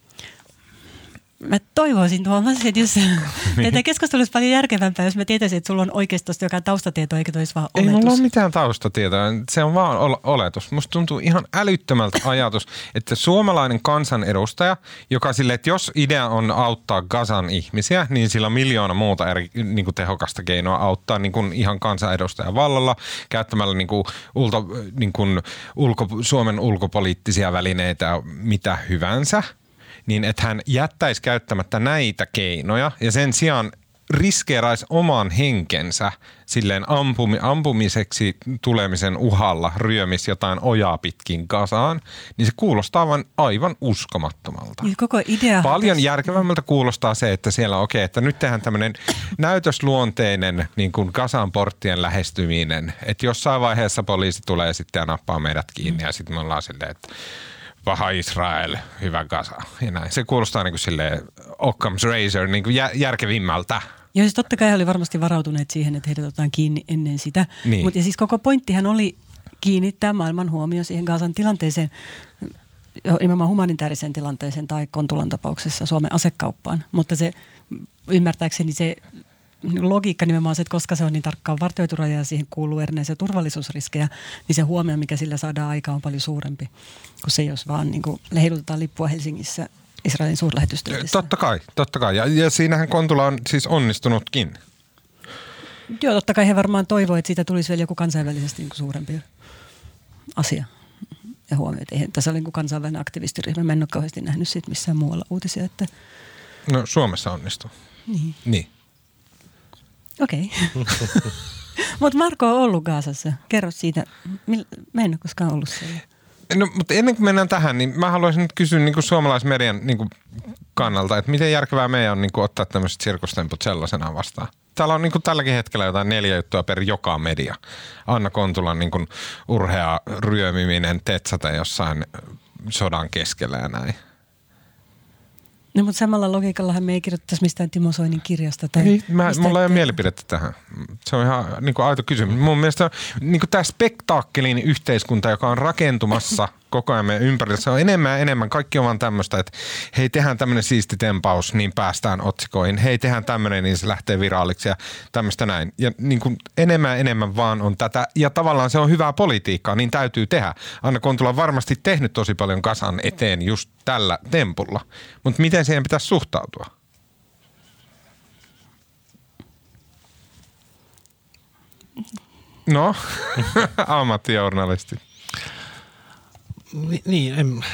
Mä toivoisin, Tuomas, että jos tätä keskustelua olisi paljon järkevämpää, jos mä tietäisin, että sulla on oikeasti tosta jokin taustatieto, eikä toisi vaan oletus. Ei mulla ole mitään taustatietoa, se on vaan oletus. Musta tuntuu ihan älyttömältä ajatus, että suomalainen kansanedustaja, joka silleen, että jos idea on auttaa Gazan ihmisiä, niin sillä on miljoona muuta eri niin kuin tehokasta keinoa auttaa niin kuin ihan kansanedustajan vallalla, käyttämällä Suomen ulkopoliittisia välineitä ja mitä hyvänsä. Niin että hän jättäisi käyttämättä näitä keinoja ja sen sijaan riskeeraisi oman henkensä silleen ampumiseksi tulemisen uhalla ryömisi jotain ojaa pitkin Gazaan, niin se kuulostaa aivan uskomattomalta. Koko idea. Paljon järkevämmältä kuulostaa se, että siellä on että nyt tehdään tämmöinen näytösluonteinen niin kuin Gazan porttien lähestyminen, että jossain vaiheessa poliisi tulee sitten ja nappaa meidät kiinni ja sitten me ollaan silleen, että paha Israel, hyvä Gaza. Ja näin. Se kuulostaa niin kuin silleen Occam's razor, niin kuin järkevimmältä. Joo, siis totta kai he oli varmasti varautuneet siihen, että heidät otetaan kiinni ennen sitä. Niin. Mutta siis koko pointtihan oli kiinnittää maailman huomio siihen Gazan tilanteeseen. nimenomaan humanitaarisen tilanteeseen tai Kontulan tapauksessa Suomen asekauppaan. Mutta se ymmärtääkseni se logiikka nimenomaan on se, että koska se on niin tarkkaan vartioitu raja ja siihen kuuluu erinäisiä turvallisuusriskejä, niin se huomio, mikä sillä saadaan aikaan, on paljon suurempi kuin se, jos vaan niin kuin heilutetaan lippua Helsingissä Israelin suurlähetystöissä. Totta kai. Ja siinähän Kontula on siis onnistunutkin. Joo, totta kai he varmaan toivoo, että siitä tulisi vielä joku kansainvälisesti niin kuin suurempi asia ja huomioon. Eihän tässä ole niin kuin kansainvälinen aktivistiryhmä. Mä en ole kauheasti nähnyt siitä missään muualla uutisia. Että... No Suomessa onnistuu. Niin. Okei. Mutta Marko on ollut Gazassa. Kerro siitä. Mä en ole koskaan ollut siellä. No, mutta ennen kuin mennään tähän, niin mä haluaisin nyt kysyä niin kuin suomalaismedian niin kuin kannalta, että miten järkevää meidän on niin kuin ottaa tämmöiset sirkustemput sellaisenaan vastaan. Täällä on niin kuin tälläkin hetkellä jotain 4 juttua per joka media. Anna Kontulan niin kuin urhea ryömiminen, tetsate jossain sodan keskellä ja näin. No, mutta samalla logiikallahan me ei kirjoittaisi mistään Timo Soinin kirjasta. Tai niin, mulla ei ole mielipidettä tähän. Se on ihan niin kuin aito kysymys. Mun mielestä niin kuin tämä spektaakkelin yhteiskunta, joka on rakentumassa koko ajan meidän ympärillä, se on enemmän ja enemmän. Kaikki on vaan tämmöistä, että hei, tehdään tämmöinen siisti tempaus, niin päästään otsikoihin. Hei, tehdään tämmöinen, niin se lähtee viraaliksi ja tämmöistä näin. Ja niin kuin enemmän ja enemmän vaan on tätä. Ja tavallaan se on hyvää politiikkaa, niin täytyy tehdä. Anna Kontula on varmasti tehnyt tosi paljon Gazan eteen just tällä tempulla. Mutta miten siihen pitäisi suhtautua? No, ammattijournalisti. Niin.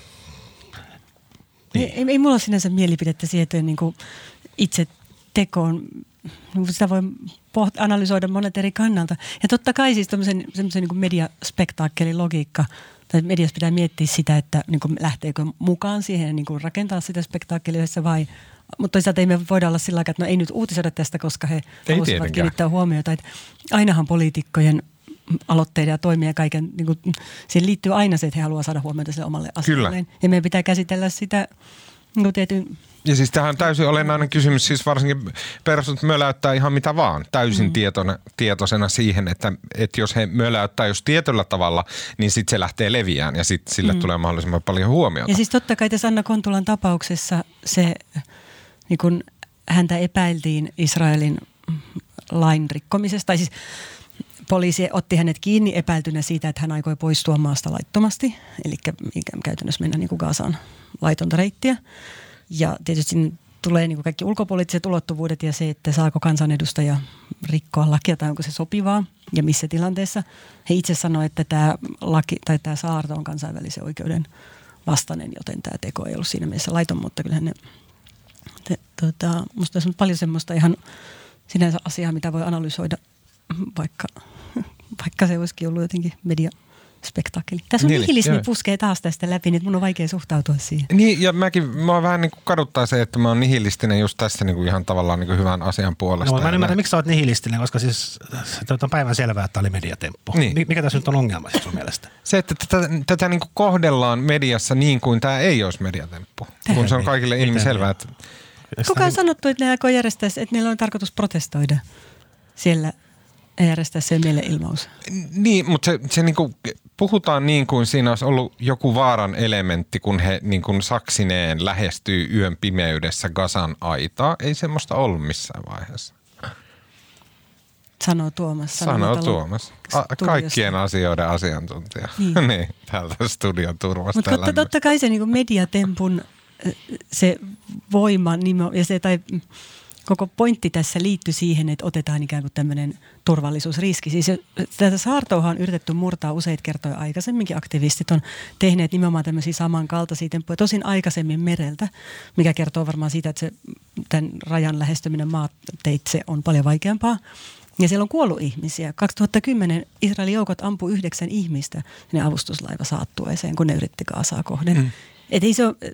Ei mulla ole sinänsä mielipidettä siihen niin kuin itse tekoon. Sitä voi analysoida monet eri kannalta. Ja totta kai siis semmoisen niin kuin mediaspektaakkelin logiikka, tai mediassa pitää miettiä sitä, että niin kuin lähteekö mukaan siihen ja niin kuin rakentaa sitä spektaakkelia vai. Mutta toisaalta ei me voida olla sillä tavalla, että no ei nyt uutisoida tästä, koska he haluaisivat kiinnittää huomiota. Että ainahan poliitikkojen aloitteiden ja toimia kaiken, niin kuin, siihen liittyy aina se, että he haluaa saada huomiota sille omalle asialleen. Ja meidän pitää käsitellä sitä niin kuin tietyn... Ja siis tämähän on täysin olennainen kysymys, siis varsinkin perustat möläyttää ihan mitä vaan, täysin tietoisena siihen, että jos he möläyttää jos tietyllä tavalla, niin sitten se lähtee leviään ja sitten sille tulee mahdollisimman paljon huomiota. Ja siis totta kai tässä Anna Kontulan tapauksessa se, niin kun häntä epäiltiin Israelin lain rikkomisesta, tai siis poliisi otti hänet kiinni epäiltynä siitä, että hän aikoi poistua maasta laittomasti, eli käytännössä mennä niin kuin Gazaan laitonta reittiä. Ja tietysti siinä tulee niin kuin kaikki ulkopoliittiset ulottuvuudet ja se, että saako kansanedustaja rikkoa lakia tai onko se sopivaa ja missä tilanteessa. He itse sanoivat, että tämä laki tai tämä saarto on kansainvälisen oikeuden vastainen, joten tämä teko ei ollut siinä mielessä laiton, mutta kyllähän ne, musta on paljon semmoista ihan sinänsä asiaa, mitä voi analysoida, vaikka se olisikin ollut jotenkin mediaspektaakkeli. Tässä on nihilismi puskee taas tästä läpi, niin mun on vaikea suhtautua siihen. Niin, ja mä vähän niin kuin kaduttaa se, että mä oon nihilistinen just tässä niin kuin ihan tavallaan niin kuin hyvän asian puolesta. No, mä en ymmärrä, miksi sä oot nihilistinen, koska siis on päivän selvää, että tämä oli mediatemppu. Niin. Mikä tässä nyt on ongelma siis sun mielestä? Se, että tätä niin kuin kohdellaan mediassa niin kuin tämä ei olisi mediatemppu, kun se on kaikille ilmiselvää. Että... Kuka on sanottu, että ne aikoo järjestää, että niillä on tarkoitus protestoida siellä ja järjestää se mielenilmaus? Niin, mutta se niin kuin, puhutaan niin kuin siinä olisi ollut joku vaaran elementti, kun he niin kuin saksineen lähestyy yön pimeydessä Gazan aitaa. Ei semmoista ollut missään vaiheessa. Sanoo Tuomas. Sanoo Tuomas. Kaikkien asioiden asiantuntija. Niin, täältä studion turvasta. Mutta totta kai se niin kuin mediatempun se voima ja se tai koko pointti tässä liittyy siihen, että otetaan ikään kuin tämmöinen turvallisuusriski. Siis tätä saartoa on yritetty murtaa useita kertoja aikaisemminkin. Aktivistit on tehneet nimenomaan tämmöisiä samankaltaisia temppuja, tosin aikaisemmin mereltä, mikä kertoo varmaan siitä, että se, tämän rajan lähestyminen maateitse on paljon vaikeampaa. Ja siellä on kuollut ihmisiä. 2010 Israelin joukot ampui 9 ihmistä ne avustuslaiva saattueeseen, kun ne yritti Gazaa kohden. Että ei se ole,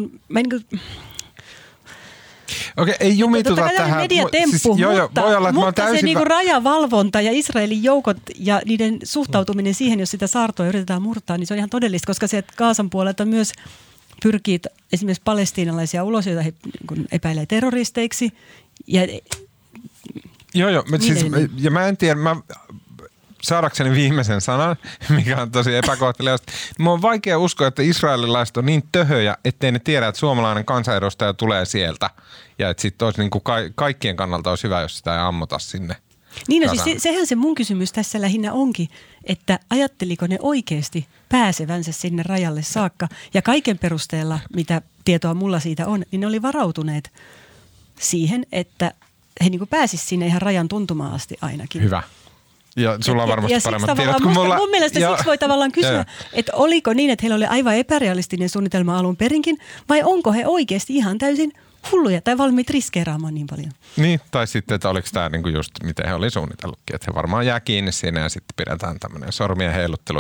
Okei, ei jumituta tähän. Mediatemppu, siis, mutta se niinku rajavalvonta ja Israelin joukot ja niiden suhtautuminen siihen, jos sitä saartoa yritetään murtaa, niin se on ihan todellista, koska sieltä Gazan puolelta myös pyrkii esimerkiksi palestiinalaisia ulos, joita he epäilee terroristeiksi. Ja mä en tiedä, saadakseni viimeisen sanan, mikä on tosi epäkohteliasta. Mun on vaikea uskoa, että israelilaiset on niin töhöjä, ettei ne tiedä, että suomalainen kansanedustaja tulee sieltä. Ja että sitten olisi niin kuin kaikkien kannalta olisi hyvä, jos sitä ei ammota sinne. Niin, no siis sehän se mun kysymys tässä lähinnä onkin, että ajatteliko ne oikeasti pääsevänsä sinne rajalle saakka. Ja kaiken perusteella, mitä tietoa mulla siitä on, niin ne oli varautuneet siihen, että he niin kuin pääsisivät sinne ihan rajan tuntumaan asti ainakin. Hyvä. Ja sulla on varmasti paremmat tiedot kuin mulla. Mun mielestä siksi voi tavallaan kysyä, että oliko niin, että heillä oli aivan epärealistinen suunnitelma alun perinkin, vai onko he oikeasti ihan täysin hulluja tai valmiit riskeeraamaan niin paljon. Niin, tai sitten, että oliko tämä niinku just miten he oli suunnitellutkin, että he varmaan jää kiinni siinä ja sitten pidetään tämmöinen sormien heiluttelu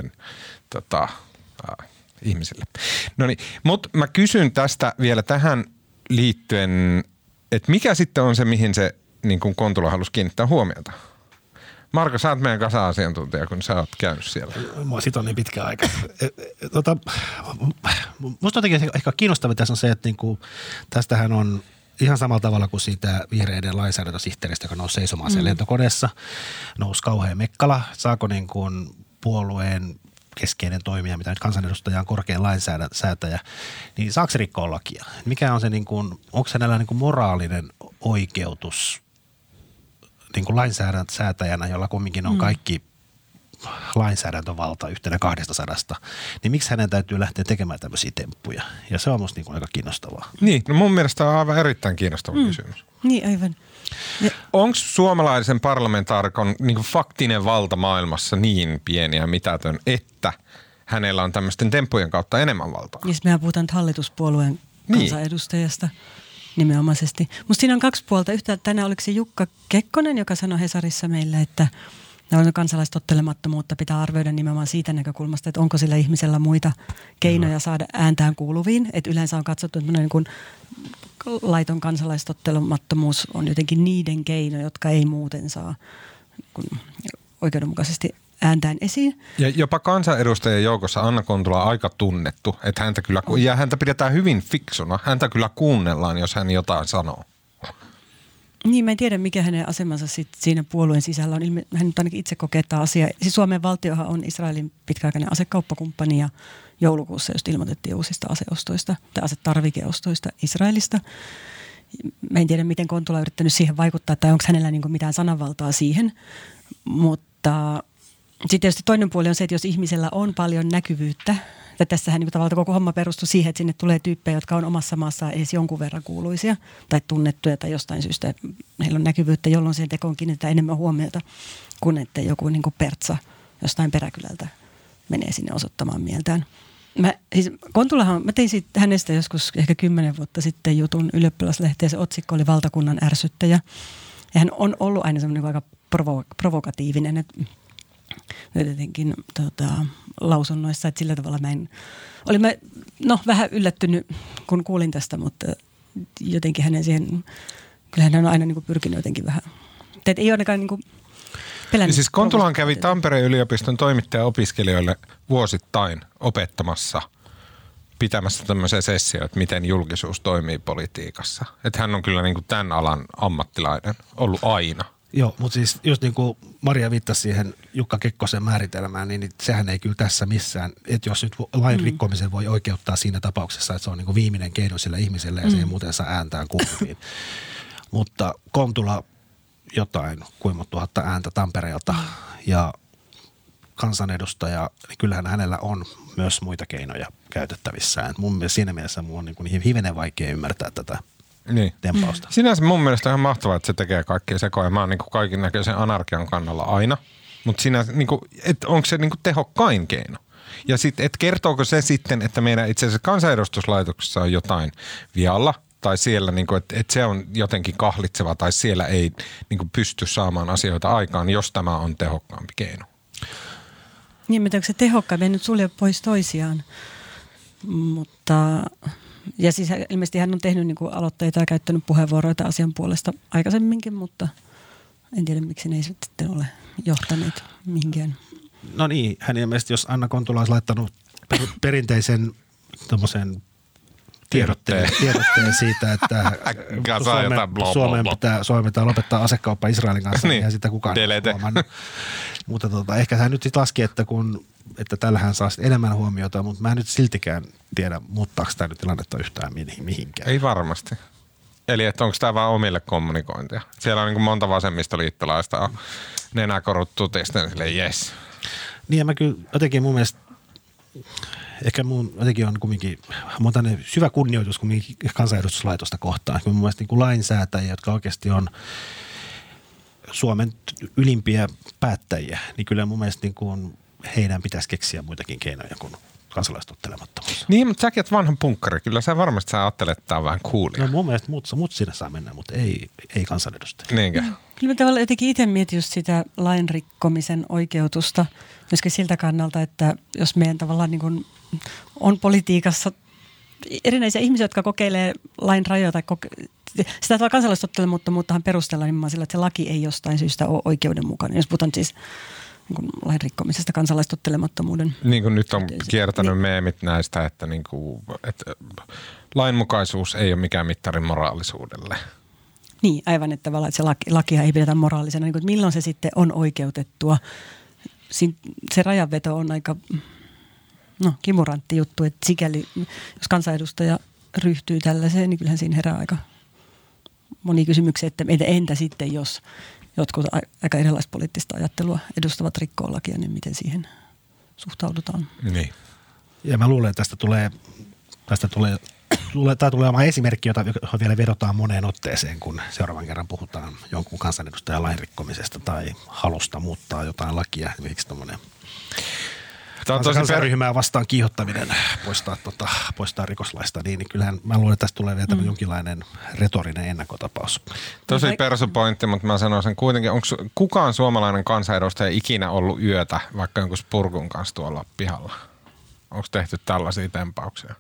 ihmisille. No niin, mutta mä kysyn tästä vielä tähän liittyen, että mikä sitten on se, mihin se niin kuin Kontula halusi kiinnittää huomiota? Marko, sä oot meidän kasa-asiantuntija, kun sä oot käynyt siellä. Mua sit on niin pitkä aika. Musta jotenkin ehkä kiinnostavaa tässä on se, että niinku, tästähän on ihan samalla tavalla kuin siitä vihreiden lainsäädäntösihteeristä, joka nousi seisomaan sen lentokoneessa. Nousi kauhean mekkala. Saako niin kuin puolueen keskeinen toimija, mitä nyt kansanedustaja on korkein lainsäätäjä, niin saako se rikkoa lakia? Mikä on se, niin kuin, onko hänellä niin kuin moraalinen oikeutus niin kuin lainsäätäjänä, jolla kumminkin on kaikki lainsäädäntövalta yhtenä 200, niin miksi hänen täytyy lähteä tekemään tämmöisiä temppuja? Ja se on musta niin kuin aika kiinnostavaa. Niin, no mun mielestä on aivan erittäin kiinnostava kysymys. Niin, aivan. Onko suomalaisen parlamentaarikon niin kuin faktinen valta maailmassa niin pieni ja mitätön, että hänellä on tämmöisten temppujen kautta enemmän valtaa? Jos mehän puhutaan nyt hallituspuolueen kansanedustajasta nimenomaisesti. Musta siinä on kaksi puolta. Yhtä tänään oliko se Jukka Kekkonen, joka sanoi Hesarissa meille, että kansalaistottelemattomuutta pitää arvioida nimenomaan siitä näkökulmasta, että onko sillä ihmisellä muita keinoja saada ääntään kuuluviin. Että yleensä on katsottu, että niin kuin laiton kansalaistottelemattomuus on jotenkin niiden keino, jotka ei muuten saa oikeudenmukaisesti ääntään esiin. Ja jopa kansanedustajien joukossa Anna Kontula on aika tunnettu, että häntä pidetään hyvin fiksuna. Häntä kyllä kuunnellaan, jos hän jotain sanoo. Niin, mä en tiedä, mikä hänen asemansa siinä puolueen sisällä on. Hän nyt ainakin itse kokee tämä asia. Siis Suomen valtiohan on Israelin pitkäaikainen asekauppakumppani ja joulukuussa just ilmoitettiin uusista aseostoista tai asetarvikeostoista Israelista. Mä en tiedä, miten Kontula on yrittänyt siihen vaikuttaa tai onko hänellä niin kuin mitään sananvaltaa siihen, mutta sitten tietysti toinen puoli on se, että jos ihmisellä on paljon näkyvyyttä, että tässähän niin tavallaan koko homma perustuu siihen, että sinne tulee tyyppejä, jotka on omassa maassaan edes jonkun verran kuuluisia tai tunnettuja tai jostain syystä heillä on näkyvyyttä, jolloin siihen tekoon kiinnitetään enemmän huomiota kuin että joku niin kuin Pertsa jostain peräkylältä menee sinne osoittamaan mieltään. Mä tein hänestä joskus ehkä 10 vuotta sitten jutun Ylioppilaslehteen, se otsikko oli Valtakunnan ärsyttäjä. Ja hän on ollut aina semmoinen aika provokatiivinen, että jotenkin lausunnoissa, että sillä tavalla olin vähän yllättynyt, kun kuulin tästä, mutta jotenkin hänen siihen, kyllähän hän on aina niin kuin pyrkinyt jotenkin vähän, että ei ainakaan niin kuin pelännyt. Siis Kontulaan kävi Tampereen yliopiston toimittaja-opiskelijoille vuosittain opettamassa, pitämässä tämmöisiä sessioita, että miten julkisuus toimii politiikassa. Että hän on kyllä niin kuin tämän alan ammattilainen ollut aina. Joo, mutta siis just niin kuin Maria viittasi siihen Jukka Kekkosen määritelmään, niin sehän ei kyllä tässä missään, että jos nyt lain rikkomisen voi oikeuttaa siinä tapauksessa, että se on niin kuin viimeinen keino sillä ihmiselle ja se ei muuten saa ääntään kuuluviin. Mutta Kontula jotain kuinka 1000 ääntä Tampereelta ja kansanedustaja, niin kyllähän hänellä on myös muita keinoja käytettävissään. Mun mielestä siinä mielessä mun on niin kuin hivenen vaikea ymmärtää tätä tempausta. Sinänsä mun mielestä on ihan mahtavaa, että se tekee kaikkea sekoa. Mä oon niin kaikin näköisen anarkian kannalla aina. Mutta niin onko se niin kuin tehokkain keino? Ja sitten, että kertooko se sitten, että meidän itse asiassa kansanedustuslaitoksessa on jotain vialla, tai siellä, niin kuin, että se on jotenkin kahlitseva, tai siellä ei niin kuin pysty saamaan asioita aikaan, jos tämä on tehokkaampi keino. Niin, mutta onko se tehokkaampi? En nyt sulje pois toisiaan, mutta ja siis ilmeisesti hän on tehnyt niin kuin aloitteita ja käyttänyt puheenvuoroita asian puolesta aikaisemminkin, mutta en tiedä miksi ne ei sitten ole johtaneet mihinkään. No niin, hän ilmeisesti, jos Anna Kontula olisi laittanut perinteisen tommosen tiedotteen siitä, että Suomen pitää lopettaa asekauppa Israelin kanssa, niin eihän sitä kukaan huomannut. Mutta ehkä hän nyt sitten laski, että tällähän saa enemmän huomiota, mutta mä en nyt siltikään tiedä, muuttaako tämä nyt tilannetta yhtään mihinkään. Ei varmasti. Eli että onko tämä vaan omille kommunikointia? Siellä on niin kuin monta vasemmistoliittolaista nenäkoruttuu teistä silleen jes. Niin ja mä kyllä jotenkin mun mielestä, ehkä mun jotenkin on kumminkin, mun on syvä kunnioitus kumminkin kansanedustuslaitosta kohtaan. Mun mielestä niin kuin lainsäätäjiä, jotka oikeasti on Suomen ylimpiä päättäjiä, niin kyllä mun mielestä niin kuin heidän pitäisi keksiä muitakin keinoja kuin kansalaistottelemattomuus. Niin, mutta säkin oot vanha punkkari. Kyllä sä varmasti ajattelet, että tämä on vähän coolia. No mun mielestä muut sinne saa mennä, mutta ei kansanedustajia. Niinkö? Kyllä mä tavallaan jotenkin itse mietin just sitä lain rikkomisen oikeutusta myöskin siltä kannalta, että jos meidän tavallaan niin kuin on politiikassa erinäisiä ihmisiä, jotka kokeilee lain rajoja tai sitä kansalaistottelemattomuuttahan perustellaan nimenomaan sillä, että se laki ei jostain syystä ole oikeudenmukainen. Jos puhutaan siis niin lain rikkomisesta kansalaistottelemattomuuden. Niin kuin nyt on kiertänyt meemit näistä, että, niin kuin, että lainmukaisuus ei ole mikään mittari moraalisuudelle. Niin, aivan, että tavallaan että se lakia ei pidetä moraalisena. Niin kuin, että milloin se sitten on oikeutettua? Se rajanveto on aika kimurantti juttu, että sikäli jos kansanedustaja ryhtyy tällaiseen, niin kyllähän siinä herää aika moni kysymyksiä, että entä sitten jos jotkut aika erilaista poliittista ajattelua edustavat rikkoo lakia, niin miten siihen suhtaudutaan? Niin. Ja mä luulen, että tästä tulee olemaan esimerkki, jota vielä vedotaan moneen otteeseen, kun seuraavan kerran puhutaan jonkun kansanedustajan lain rikkomisesta tai halusta muuttaa jotain lakia. Esimerkiksi tuommoinen kansanryhmää vastaan kiihottaminen poistaa rikoslaista, niin kyllähän mä luulen, että tästä tulee vielä jonkinlainen retorinen ennakkotapaus. Tosi persopointti, mutta mä sanoin sen kuitenkin, onko kukaan suomalainen kansanedustaja ikinä ollut yötä vaikka jonkun spurkun kanssa tuolla pihalla? Onko tehty tällaisia tempauksia?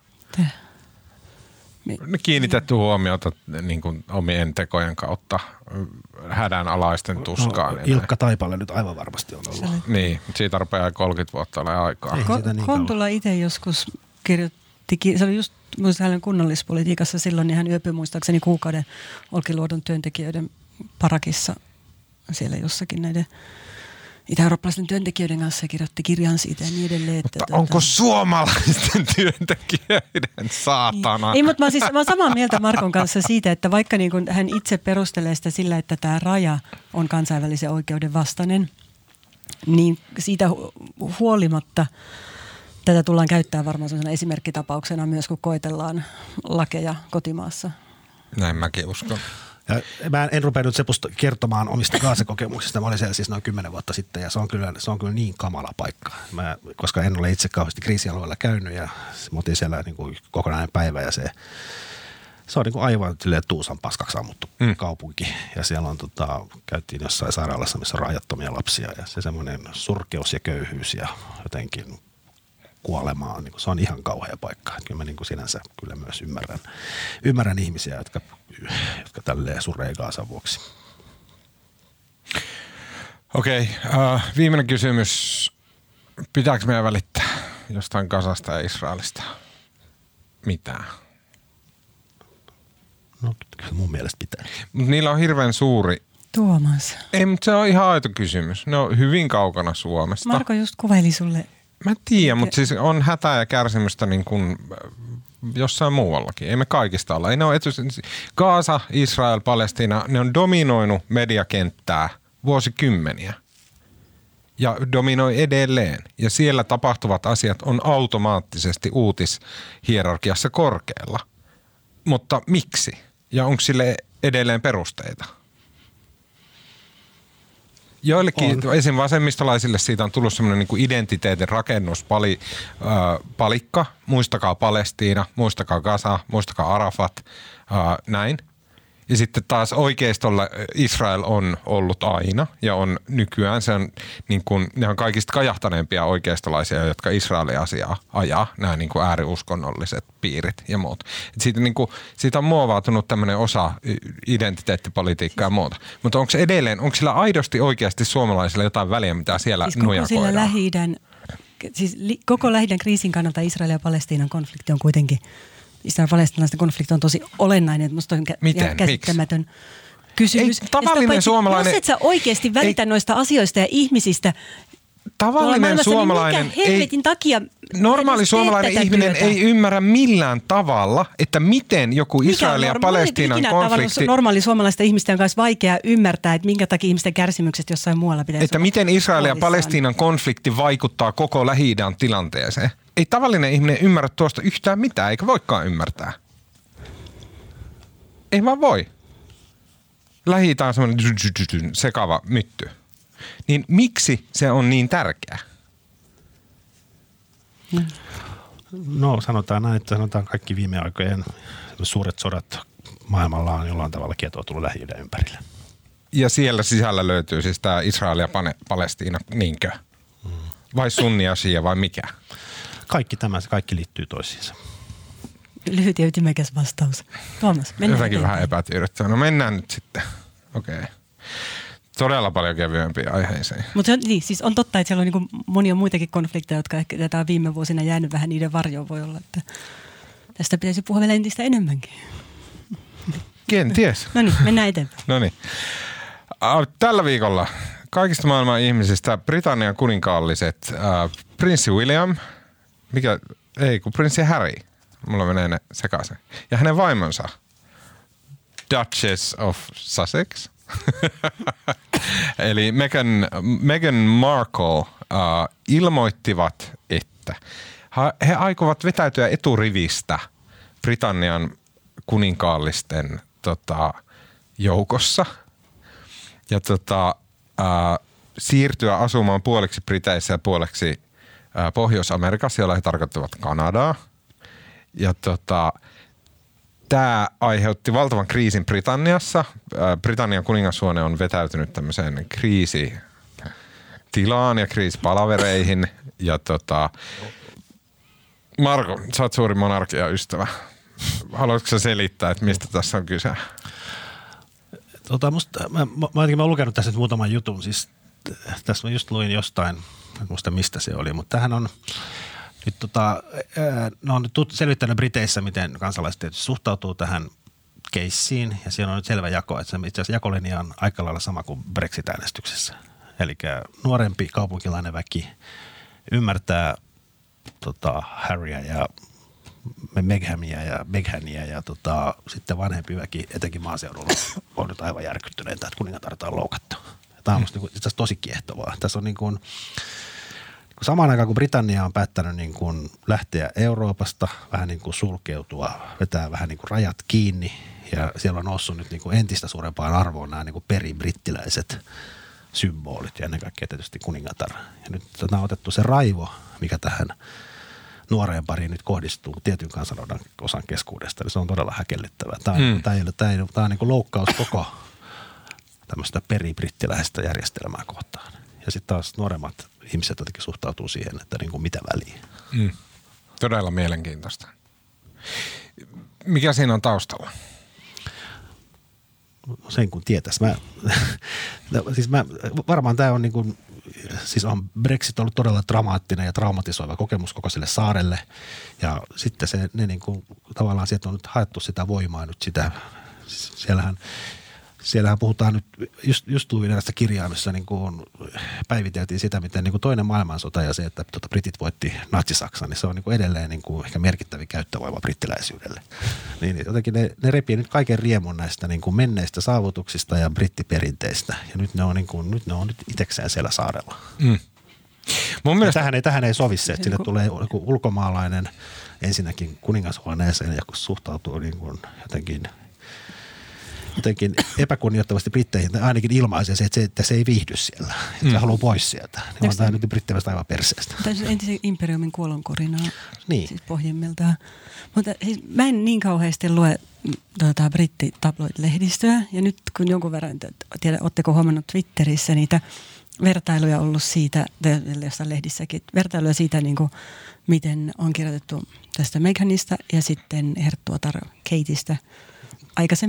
Kiinnitetty huomiota niin kuin omien tekojen kautta hädänalaisten tuskaan. Ilkka Taipale nyt aivan varmasti on ollut. Niin, siitä rupeaa 30 vuotta ole aikaa. Kontula itse joskus kirjoitti, se oli just hänen kunnallispolitiikassa silloin, niin hän yöpyi muistaakseni kuukauden Olkiluodon työntekijöiden parakissa siellä jossakin näiden itä-eurooppalaisten työntekijöiden kanssa kirjoitti kirjan siitä ja niin edelleen. Mutta onko suomalaisten työntekijöiden saatana? Ei, mutta mä oon samaa mieltä Markon kanssa siitä, että vaikka niin kun hän itse perustelee sitä sillä, että tämä raja on kansainvälisen oikeuden vastainen, niin siitä huolimatta tätä tullaan käyttämään varmaan sellaisena esimerkkitapauksena myös, kun koetellaan lakeja kotimaassa. Näin mäkin uskon. Ja mä en rupea nyt Sepusta kertomaan omista Gaza-kokemuksista. Mä olin siellä siis noin 10 vuotta sitten ja se on kyllä niin kamala paikka. Koska en ole itse kauheasti kriisialueella käynyt ja mä otin siellä niin kuin kokonainen päivä ja se on niin kuin aivan tuusan paskaksi ammuttu kaupunki. Ja siellä on käytiin jossain sairaalassa, missä on rajattomia lapsia ja se semmoinen surkeus ja köyhyys ja jotenkin kuolemaa, niin se on ihan kauhea paikka. Kyllä mä niin kuin sinänsä kyllä myös ymmärrän ihmisiä, jotka tälleen suree Gazan vuoksi. Okei, viimeinen kysymys. Pitääkö meidän välittää jostain Gazasta ja Israelista mitään? No kyllä mun mielestä pitää. Mutta niillä on hirveän suuri. Tuomas. Ei, mutta se on ihan aito kysymys. Ne on hyvin kaukana Suomesta. Marko just kuvaili sulle. Mä tiedän, mutta siis on hätää ja kärsimystä niin kuin jossain muuallakin. Ei me kaikista olla. Ei ne ole Gaza, Israel, Palestiina, ne on dominoinut mediakenttää vuosikymmeniä. Ja dominoi edelleen. Ja siellä tapahtuvat asiat on automaattisesti uutishierarkiassa korkealla. Mutta miksi? Ja onko sille edelleen perusteita? Joillekin, esim. Vasemmistolaisille siitä on tullut semmoinen niin kuin identiteetin rakennuspalikka. Muistakaa Palestiina, muistakaa Gaza, muistakaa Arafat, näin. Ja sitten taas oikeistolla Israel on ollut aina ja on nykyään, se on niin kuin, ne on kaikista kajahtaneempia oikeistolaisia, jotka Israelin asiaa ajaa, nämä niin kuin ääriuskonnolliset piirit ja muut. Et siitä on muovautunut tämmöinen osa identiteettipolitiikkaa ja muuta. Mutta onko sillä aidosti oikeasti suomalaisilla jotain väliä, mitä siellä nujakoidaan? Koko Lähi-idän kriisin kannalta Israelin ja Palestiinan konflikti on kuitenkin Israel-palestiinalaisten konflikti on tosi olennainen, että musta on käsittämätön. kysymys. Ei tavallinen suomalainen... Jos et sä oikeasti välitä noista asioista ja ihmisistä... Tavallinen suomalainen mikä helvetin takia normaali suomalainen ihminen työtä? ei ymmärrä millään tavalla, että miten joku Israelin ja Palestiinan konflikti... Normaali suomalaisten ihmisten kanssa vaikea ymmärtää, että minkä takia ihmisten kärsimykset jossain muualla pitäisi että miten Israelin ja Palestiinan konflikti vaikuttaa koko Lähi-idän tilanteeseen. Ei tavallinen ihminen ymmärrä tuosta yhtään mitään, eikä voikaan ymmärtää. Ei vaan voi. Lähi-itä on semmoinen sekava mytty. Niin miksi se on niin tärkeä? No sanotaan näin, että kaikki viime aikojen suuret sodat maailmalla on jollain tavalla kietoutunut Lähi-idän ympärille. Ja siellä sisällä löytyy siis tämä Israel ja Palestiina, niinkö? Vai sunni ja shia vai mikä? Kaikki liittyy toisiinsa. Lyhyt ja ytimekäs vastaus. Tuomas, mennään Jotenkin eteenpäin. vähän epätyydyttävää. No mennään nyt sitten. Okei. Todella paljon kevyempiä aiheisiin. Mutta niin, siis on totta, että siellä on niin monia muitakin konflikteja, jotka ehkä tätä on viime vuosina jäänyt vähän niiden varjoon. Voi olla, että tästä pitäisi puhua vielä entistä enemmänkin. Kenties. No niin, mennään eteenpäin. No niin. Tällä viikolla kaikista maailman ihmisistä Britannian kuninkaalliset prinssi William, prinssi Harry, mulla menee ne sekaisin, ja hänen vaimonsa Duchess of Sussex, eli Meghan Markle ilmoittivat, että he aikovat vetäytyä eturivistä Britannian kuninkaallisten joukossa ja siirtyä asumaan puoliksi Briteissä ja puoleksi Pohjois-Amerikassa, jolla he tarkoittavat Kanadaa. Ja tämä aiheutti valtavan kriisin Britanniassa. Britannian kuningashuone on vetäytynyt tämmöiseen kriisitilaan ja kriisipalavereihin. Ja Marko, sä oot suuri monarkia-ystävä. Haluatko sä selittää, että mistä tässä on kyse? Mä oon lukenut tässä nyt muutaman jutun. Siis, tässä mä just luin jostain, en muista mistä se oli, mutta tämähän on nyt ne on nyt selvittänyt Briteissä, miten kansalaiset tietysti suhtautuu tähän keissiin, ja siellä on nyt selvä jako, että se itse asiassa jakolinja on aika lailla sama kuin Brexit-äänestyksessä. Eli nuorempi kaupunkilainen väki ymmärtää Harryä ja Meghania ja sitten vanhempi väki, etenkin maaseudulla, on nyt aivan järkyttyneitä, että kuningatarta on loukattu. Tämä on musta itse asiassa tosi kiehtovaa. Tässä on niin kuin samaan aikaan, kun Britannia on päättänyt niin kuin lähteä Euroopasta, vähän niin kuin sulkeutua, vetää vähän niin kuin rajat kiinni, ja siellä on noussut nyt niin kuin entistä suurempaan arvoon nämä niin kuin peribrittiläiset symbolit, ja ennen kaikkea tietysti kuningatar. Ja nyt on otettu se raivo, mikä tähän nuoreen pariin nyt kohdistuu tietyn kansanodan osan keskuudesta, niin se on todella häkellyttävää. Tämä on niin kuin loukkaus koko tämmöistä peribrittiläistä järjestelmää kohtaan. Ja sitten taas nuoremmat ihmiset jotenkin suhtautuu siihen, että niin kuin mitä väliä. Todella mielenkiintoista. Mikä siinä on taustalla? Sen kun tietäisi. Varmaan tämä on niin kuin, siis on Brexit ollut todella dramaattinen ja traumatisoiva kokemus koko sille saarelle. Ja sitten ne niin kuin, tavallaan sieltä on nyt haettu sitä voimaa nyt sitä, siellähän puhutaan nyt, just luin erästä kirjaa, missä niin kuin päiviteltiin sitä, miten niin kuin toinen maailmansota ja se, että britit voitti Natsi-Saksan, niin se on niin kuin edelleen niin kuin ehkä merkittävin käyttövoima brittiläisyydelle. Niin jotenkin ne repii nyt kaiken riemun näistä niin kuin menneistä saavutuksista ja brittiperinteistä. Ja nyt ne on nyt itsekseen siellä saarella. Mun mielestä tähän ei sovi se, että sinne tulee joku ulkomaalainen ensinnäkin kuningashuoneeseen ja kun suhtautuu niin kuin jotenkin epäkunnioittavasti britteihin, ainakin ilmaisee se, että se ei viihdy siellä, että se haluaa pois sieltä. Niin on tämä nyt brittiläistä aivan perseestä. Tämä on entisen imperiumin kuolonkorinaa, niin. Siis pohjimmiltaan. Mutta siis mä en niin kauheasti lue brittitabloid-lehdistöä, ja nyt kun jonkun verran, tiedä, ootteko huomannut Twitterissä niitä vertailuja ollut siitä, jossain lehdissäkin, vertailuja siitä, niin kuin, miten on kirjoitettu tästä Meghanista ja sitten herttuatar Kateista aikaisemmin.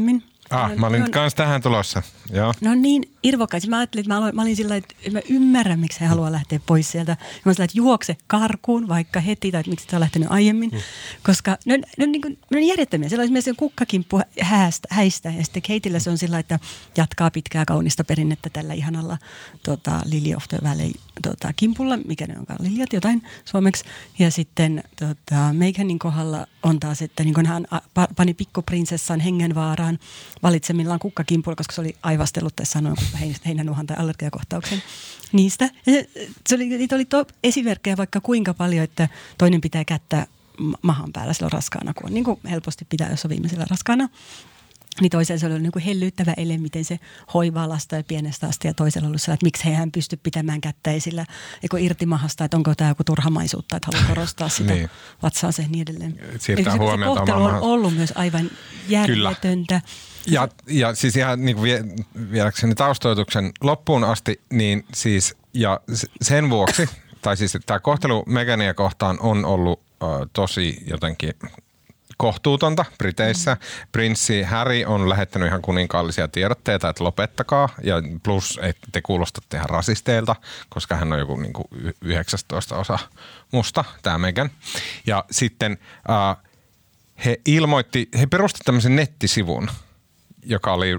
Mä olin kans tähän tulossa. Joo. No niin irvokas. Mä ajattelin, että mä olin sillä, että mä ymmärrän, miksi he haluaa lähteä pois sieltä. Ja mä sillä, että juokse karkuun vaikka heti, tai että miksi sä on lähtenyt aiemmin. Koska ne on järjettömiä. Siellä on esimerkiksi kukkakimppu häistä, ja sitten Kateillä se on sillä, että jatkaa pitkää kaunista perinnettä tällä ihanalla Lily of the Valley kimpulla, mikä ne onkaan liljat jotain suomeksi. Ja sitten Meganin kohdalla on taas, että niin kun hän pani pikkuprinsessan hengenvaaraan valitsemillaan kukkakimpulla, koska se oli aivastellut tai sanoin heinänuhan tai allergiakohtauksen niistä. Niitä oli esimerkkejä vaikka kuinka paljon, että toinen pitää kättä mahan päällä silloin raskaana, kun on niin kuin helposti pitää, jos on viimeisellä raskaana. Niin toisella se oli niin kuin hellyyttävä ele, miten se hoivaa lasta ja pienestä asti, ja toisella oli sellainen, että miksi hän pysty pitämään kättä esillä irti mahasta, että onko tämä joku turhamaisuutta, että haluaa korostaa sitä niin. Vatsaansa ja niin edelleen. Siirtää huomiota se kohtelu on ollut myös aivan järjetöntä. Ja siis ihan niin kuin viedäkseni taustoituksen loppuun asti, niin siis ja sen vuoksi, tai siis tämä kohtelu Megania kohtaan on ollut tosi jotenkin kohtuutonta Briteissä. Prinssi Harry on lähettänyt ihan kuninkaallisia tiedotteita, että lopettakaa. Ja plus, että te kuulostatte ihan rasisteilta, koska hän on joku niin kuin 19 osa musta, tämä Meghan. Ja sitten he perusti tämmöisen nettisivun, joka oli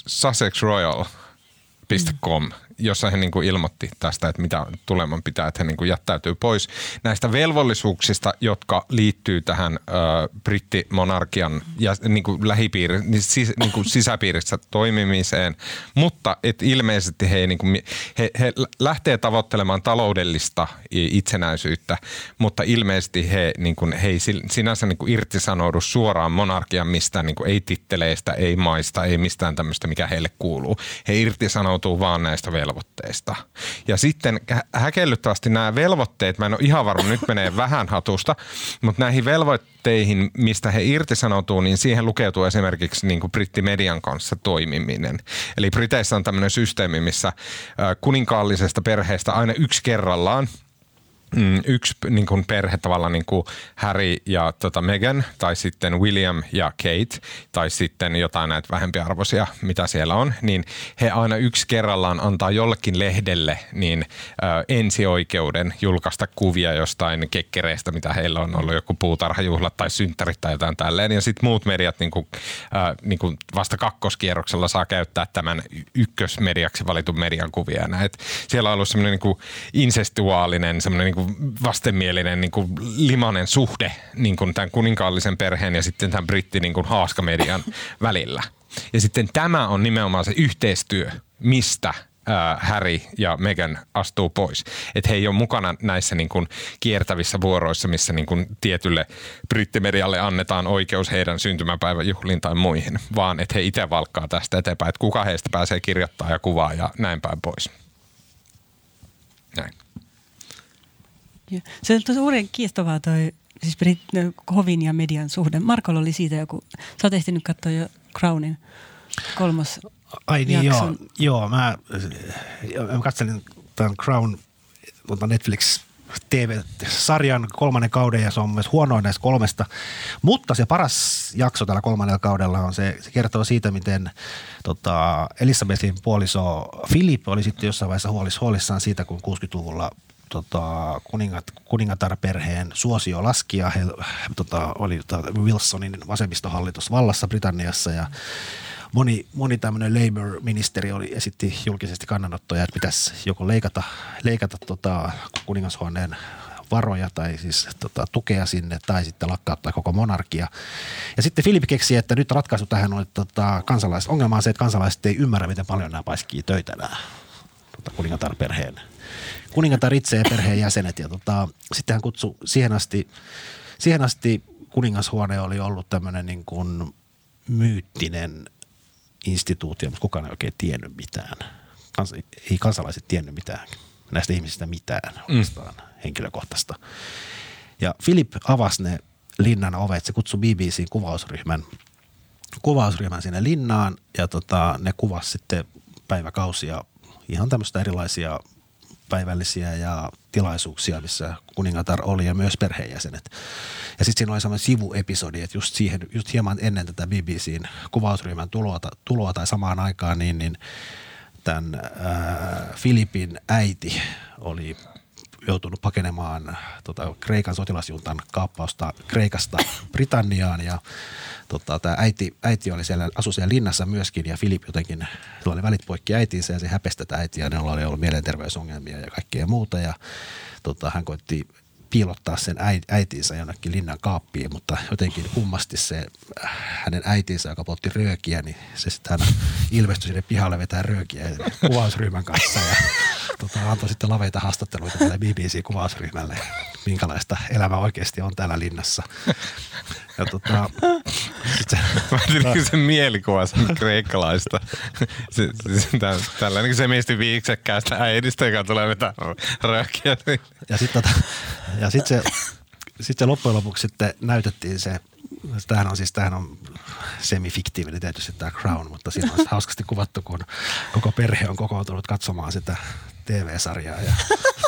sussexroyal.com, jossa he niin kuin ilmoitti tästä, että mitä tuleman pitää, että he niin kuin jättäytyy pois näistä velvollisuuksista, jotka liittyy tähän brittimonarkian ja niin kuin niin kuin sisäpiirissä toimimiseen, mutta että ilmeisesti he lähtee tavoittelemaan taloudellista itsenäisyyttä, mutta ilmeisesti he ei sinänsä niin kuin irtisanoudu suoraan monarkian mistään, niin kuin ei titteleistä, ei maista, ei mistään tämmöistä, mikä heille kuuluu. He irtisanoutuu vaan näistä velvoitteista. Ja sitten häkellyttävästi nämä velvoitteet, mä en ole ihan varma, nyt menee vähän hatusta, mutta näihin velvoitteihin, mistä he irtisanoutuu, niin siihen lukeutuu esimerkiksi niin kuin brittimedian kanssa toimiminen. Eli Briteissä on tämmöinen systeemi, missä kuninkaallisesta perheestä aina yksi kerrallaan yksi niin kuin perhe tavallaan niin kuin Harry ja Meghan tai sitten William ja Kate tai sitten jotain näitä vähempiarvoisia, mitä siellä on, niin he aina yksi kerrallaan antaa jollekin lehdelle niin ensioikeuden julkaista kuvia jostain kekkereistä, mitä heillä on ollut, joku puutarhajuhlat tai synttärit tai jotain tälleen. Ja sitten muut mediat niin kuin vasta kakkoskierroksella saa käyttää tämän ykkösmediaksi valitun median kuvia. Siellä on ollut semmoinen niin kuin insestuaalinen, semmoinen niin kuin vastenmielinen niin kuin limainen suhde niin kuin tämän kuninkaallisen perheen ja sitten tämän britti niin kuin haaskamedian välillä. Ja sitten tämä on nimenomaan se yhteistyö, mistä Harry ja Meghan astuu pois. Että he ei ole mukana näissä niin kuin kiertävissä vuoroissa, missä niin kuin tietylle brittimedialle annetaan oikeus heidän syntymäpäiväjuhliin tai muihin, vaan että he itse valkkaa tästä eteenpäin, että kuka heistä pääsee kirjoittamaan ja kuvaa ja näin päin pois. Näin. Se on tosi uuden kiinnostavaa toi siis hovin ja median suhde. Markolla oli siitä joku, sä oot ehtinyt katsoa jo Crownin 3. Ai niin jakson. Joo, mä katselin tämän Crown Netflix TV-sarjan 3. kauden ja se on myös huonoin näistä 3. Mutta se paras jakso tällä 3. kaudella on se kertoo siitä, miten Elisabetin puoliso Philip oli sitten jossain vaiheessa huolissaan siitä, kun 60-luvulla kuningatar-perheen suosio laski ja he oli Wilsonin vasemmistohallitus vallassa Britanniassa ja moni tämmöinen Labour-ministeri esitti julkisesti kannanottoja, että pitäisi joko leikata kuningashuoneen varoja tai siis tukea sinne tai sitten lakkauttaa koko monarkia. Ja sitten Philip keksi, että nyt ratkaisu tähän on, että ongelma on se, että kansalaiset ei ymmärrä, miten paljon nämä paiskii töitä nämä kuningatar-perheen. Kuningatar itse ja perheen jäsenet ja sitten hän kutsui siihen asti kuningashuone oli ollut tämmöinen niin kuin myyttinen instituutio, mutta kukaan ei oikein tiennyt mitään. Ei kansalaiset tiennyt mitään näistä ihmisistä mitään oikeastaan henkilökohtaista. Ja Philip avasi ne linnan ovet, se kutsui BBC:n kuvausryhmän sinne linnaan ja ne kuvasi sitten päiväkausia ihan tämmöistä erilaisia päivällisiä ja tilaisuuksia, missä kuningatar oli ja myös perheenjäsenet. Ja sitten siinä oli sellainen sivuepisodi, että just hieman ennen tätä BBC:n kuvausryhmän tuloa tai samaan aikaan, niin tämän Filipin äiti oli joutunut pakenemaan Kreikan sotilasjuntan kaappausta Kreikasta Britanniaan ja tämä äiti oli asui siellä linnassa myöskin ja Filip jotenkin, sillä oli välit poikki äitiinsä ja se häpesi tätä äitiä ja ne oli ollut mielenterveysongelmia ja kaikkea muuta ja hän koitti piilottaa sen äitinsä jonnekin linnan kaappiin, mutta jotenkin kummasti se hänen äitinsä, joka poltti röökiä, niin se sitten hän ilmestyi sinne pihalle vetää röökiä kuvausryhmän kanssa ja antoi sitten laveita haastatteluita tälle BBC-kuvausryhmälle, minkälaista elämä oikeasti on täällä linnassa. Ja sen mielikuva sen kreikkalaista. Tällainen se miesti viiksekkäästä äidistä, joka tulee vetää röökiä. Ja sitten se loppujen lopuksi sitten näytettiin se, tämähän on semifiktiivinen tietysti tämä Crown, mutta siinä on hauskasti kuvattu, kun koko perhe on kokoontunut katsomaan sitä TV-sarjaa. Ja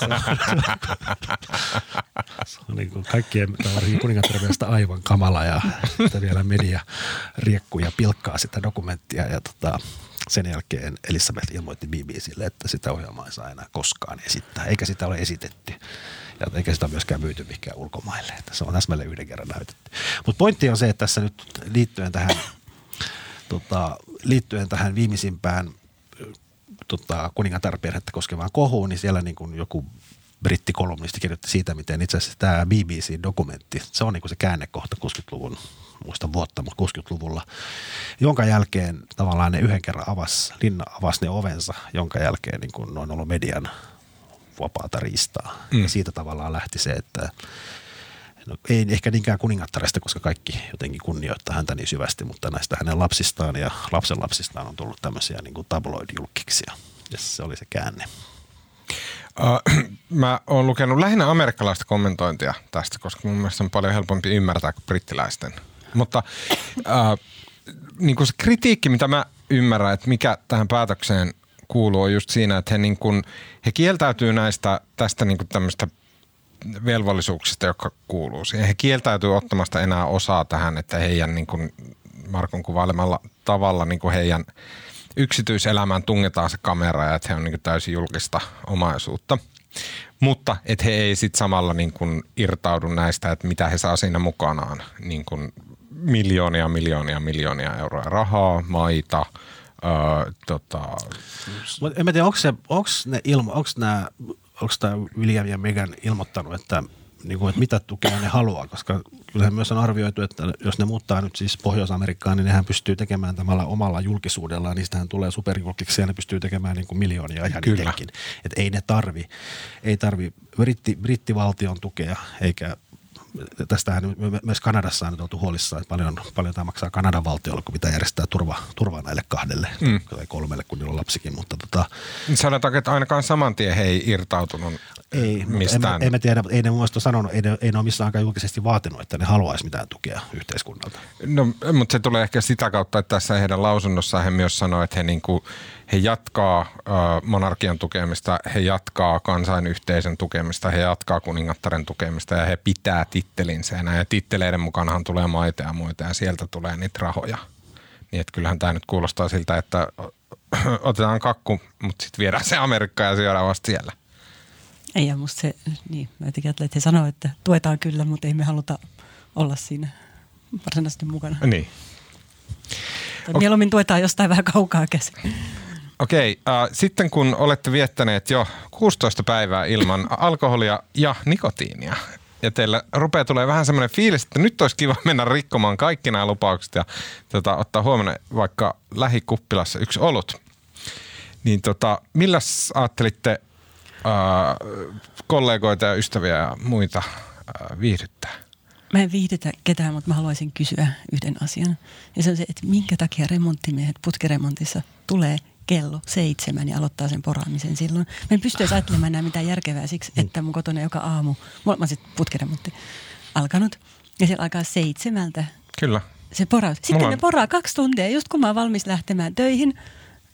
se on niin kuin kaikkien kuningattaren mielestä aivan kamala ja sitä vielä media riekkuu ja pilkkaa sitä dokumenttia ja sen jälkeen Elizabeth ilmoitti BBClle, että sitä ohjelmaa ei saa enää koskaan esittää, eikä sitä ole esitetty. Ja eikä sitä myöskään myyty mihinkään ulkomaille. Että se on täsmälleen yhden kerran näytetty. Mutta pointti on se, että tässä nyt liittyen tähän viimeisimpään kuningatarperhettä koskevaan kohuun, niin siellä niin kuin joku brittikolumnisti kirjoitti siitä, miten itse asiassa tämä BBC-dokumentti, se on niin kuin se käännekohta 60-luvun, muistan vuotta, mutta 60-luvulla, jonka jälkeen tavallaan ne yhden kerran linna avasi ne ovensa, jonka jälkeen niin kuin on ollut median vapaata riistaa. Ja siitä tavallaan lähti se, että ei ehkä niinkään kuningattaresta, koska kaikki jotenkin kunnioittaa häntä niin syvästi, mutta näistä hänen lapsistaan ja lapsenlapsistaan on tullut tämmöisiä niin kuin tabloid-julkkiksia. Ja se oli se käänne. Mä oon lukenut lähinnä amerikkalaista kommentointia tästä, koska mun mielestä on paljon helpompi ymmärtää kuin brittiläisten. Mutta niin kuin se kritiikki, mitä mä ymmärrän, että mikä tähän päätökseen kuuluu on just siinä, että he kieltäytyy tästä niin kuin tämmöistä velvollisuuksista, jotka kuuluu siihen. He kieltäytyy ottamasta enää osaa tähän, että heidän niin kuin Markon kuvailemalla tavalla niin kuin heidän yksityiselämään tungetaan se kamera ja että he on niin kuin täysin julkista omaisuutta. Mutta että he ei sitten samalla niin kuin irtaudu näistä, että mitä he saa siinä mukanaan. Niin kuin miljoonia euroa rahaa, maita, En mä tiedä, onko tämä William ja Meghan ilmoittanut, että mitä tukea ne haluaa, koska kyllähän myös on arvioitu, että jos ne muuttaa nyt siis Pohjois-Amerikkaan, niin nehän pystyy tekemään tämällä omalla julkisuudellaan, niistähän tulee superjulkiksi ja ne pystyy tekemään niin kuin miljoonia ihan itsekin. Että ei tarvi brittivaltion tukea, eikä tästähän myös Kanadassa on nyt oltu huolissaan, että paljon tämä maksaa Kanadan valtiolle, kun pitää järjestää turvaa näille 2 tai 3, kun niillä on lapsikin. Mutta sanotaanko, että ainakaan saman tien he ei irtautunut mistään. Ei mä tiedä, ei ne mun mielestä sanonut, ei ne ole missään aikaan julkisesti vaatinut, että ne haluaisi mitään tukea yhteiskunnalta. No, mutta se tulee ehkä sitä kautta, että tässä heidän lausunnossaan he myös sanoo, että he jatkaa monarkian tukemista, he jatkaa kansainyhteisön tukemista, he jatkaa kuningattaren tukemista ja he pitää tittelinsä. Ja titteleiden mukanahan tulee maita ja muita ja sieltä tulee niitä rahoja. Niin että kyllähän tämä nyt kuulostaa siltä, että otetaan kakku, mutta sitten viedään se Amerikkaan ja syödään vasta siellä. Ei ja musta se, niin mä jotenkin ajattelen, että he sanoo, että tuetaan kyllä, mutta ei me haluta olla siinä varsinaisesti mukana. Niin. Mieluummin tuetaan jostain vähän kaukaa käsin. Okei, sitten kun olette viettäneet jo 16 päivää ilman alkoholia ja nikotiinia, ja teillä rupeaa tulee vähän semmoinen fiilis, että nyt olisi kiva mennä rikkomaan kaikki nämä lupaukset ja ottaa huomenna vaikka lähikuppilassa 1 olut, niin milläs ajattelitte kollegoita ja ystäviä ja muita viihdyttää? Mä en viihdytä ketään, mutta mä haluaisin kysyä yhden asian. Ja se on se, että minkä takia remonttimiehet putkiremontissa tulee kello 7 ja aloittaa sen poraamisen silloin. Mä en pysty edes ajattelemaan enää mitään järkevää siksi, että mun kotona joka aamu, mulla on sitten putkiremontti alkanut ja siellä alkaa 7. Kyllä. Se poraus. Sitten ne poraa 2 tuntia, just kun mä oon valmis lähtemään töihin,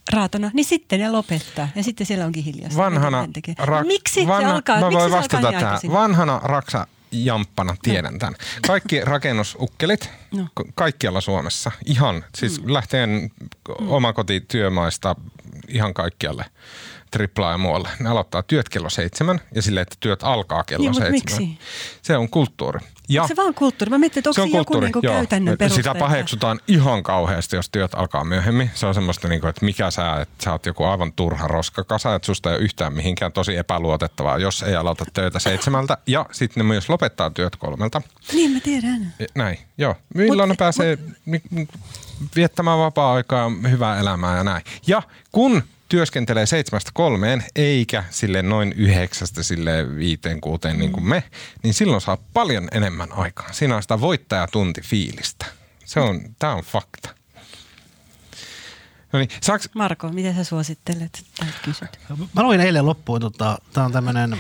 raatona, niin sitten ne lopettaa. Ja sitten siellä onkin hiljasta. Miksi se alkaa? Mä Miksi voin se vastata alkaa tähän. Vanhana raksajamppana tiedän tämän. Kaikki rakennusukkelit kaikkialla Suomessa, ihan siis lähteen omakotityömaista ihan kaikkialle, triplaa ja muualle. Ne aloittaa työt kello 7 ja silleen, että työt alkaa kello 7. Miksi? Se on kulttuuri. Ja se vaan kulttuuri. Mä mietin, että onko se joku niinku käytännön peruste. Sitä paheksutaan ihan kauheasti, jos työt alkaa myöhemmin. Se on semmoista, että mikä että sä oot joku aivan turha roskakasa, että susta ei ole yhtään mihinkään tosi epäluotettavaa, jos ei aloita töitä 7 ja sitten ne myös lopettaa työt 3. Niin, mä tiedän. Näin, joo. Milloin ne pääsee viettämään vapaa-aikaa, hyvää elämää ja näin. Ja kun työskentelee 7-3 eikä silleen noin 9 silleen 5-6 niin kuin me, niin silloin saa paljon enemmän aikaa. Siinä on sitä voittajatuntifiilistä. Tää on fakta. No niin, Marko, miten sä suosittelet? Kysyt. Mä luin eilen loppuun, tää on tämmönen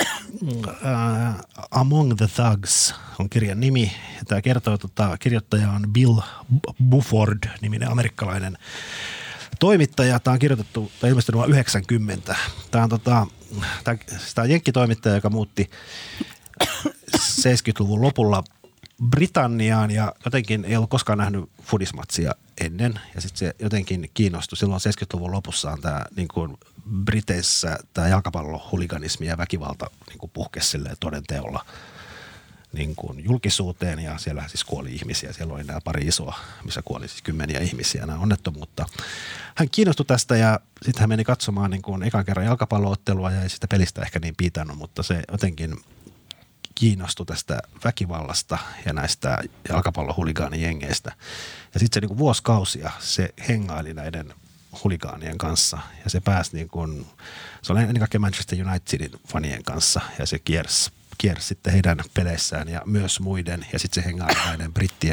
Among the Thugs on kirjan nimi. Tää kertoo, kirjoittaja on Bill Bufford, niminen amerikkalainen toimittaja. Tämä on kirjoitettu, tai ilmeisesti vuonna 90. Tämä on jenkkitoimittaja, joka muutti 70-luvun lopulla Britanniaan ja jotenkin ei ollut koskaan nähnyt fudismatsia ennen. Ja sitten se jotenkin kiinnostui. Silloin 70-luvun lopussa on tämä niin kuin Briteissä tämä jalkapallohuliganismi ja väkivalta niin kuin puhkesi silleen todenteolla niin kuin julkisuuteen ja siellä siis kuoli ihmisiä. Siellä oli nämä pari isoa, missä kuoli siis 10 ihmisiä nämä onnettomuutta. Hän kiinnostui tästä ja sitten hän meni katsomaan niin kuin ekan kerran jalkapalloottelua ja ei sitä pelistä ehkä niin pitänyt, mutta se jotenkin kiinnostui tästä väkivallasta ja näistä jalkapallohuligaanijengeistä. Ja sitten se niin kuin vuosikausia se hengaili näiden huligaanien kanssa ja se pääsi niin kuin, se oli ennen kaikkea Manchester Unitedin fanien kanssa ja se kiersi sitten heidän peleissään ja myös muiden ja sitten se hengaili näiden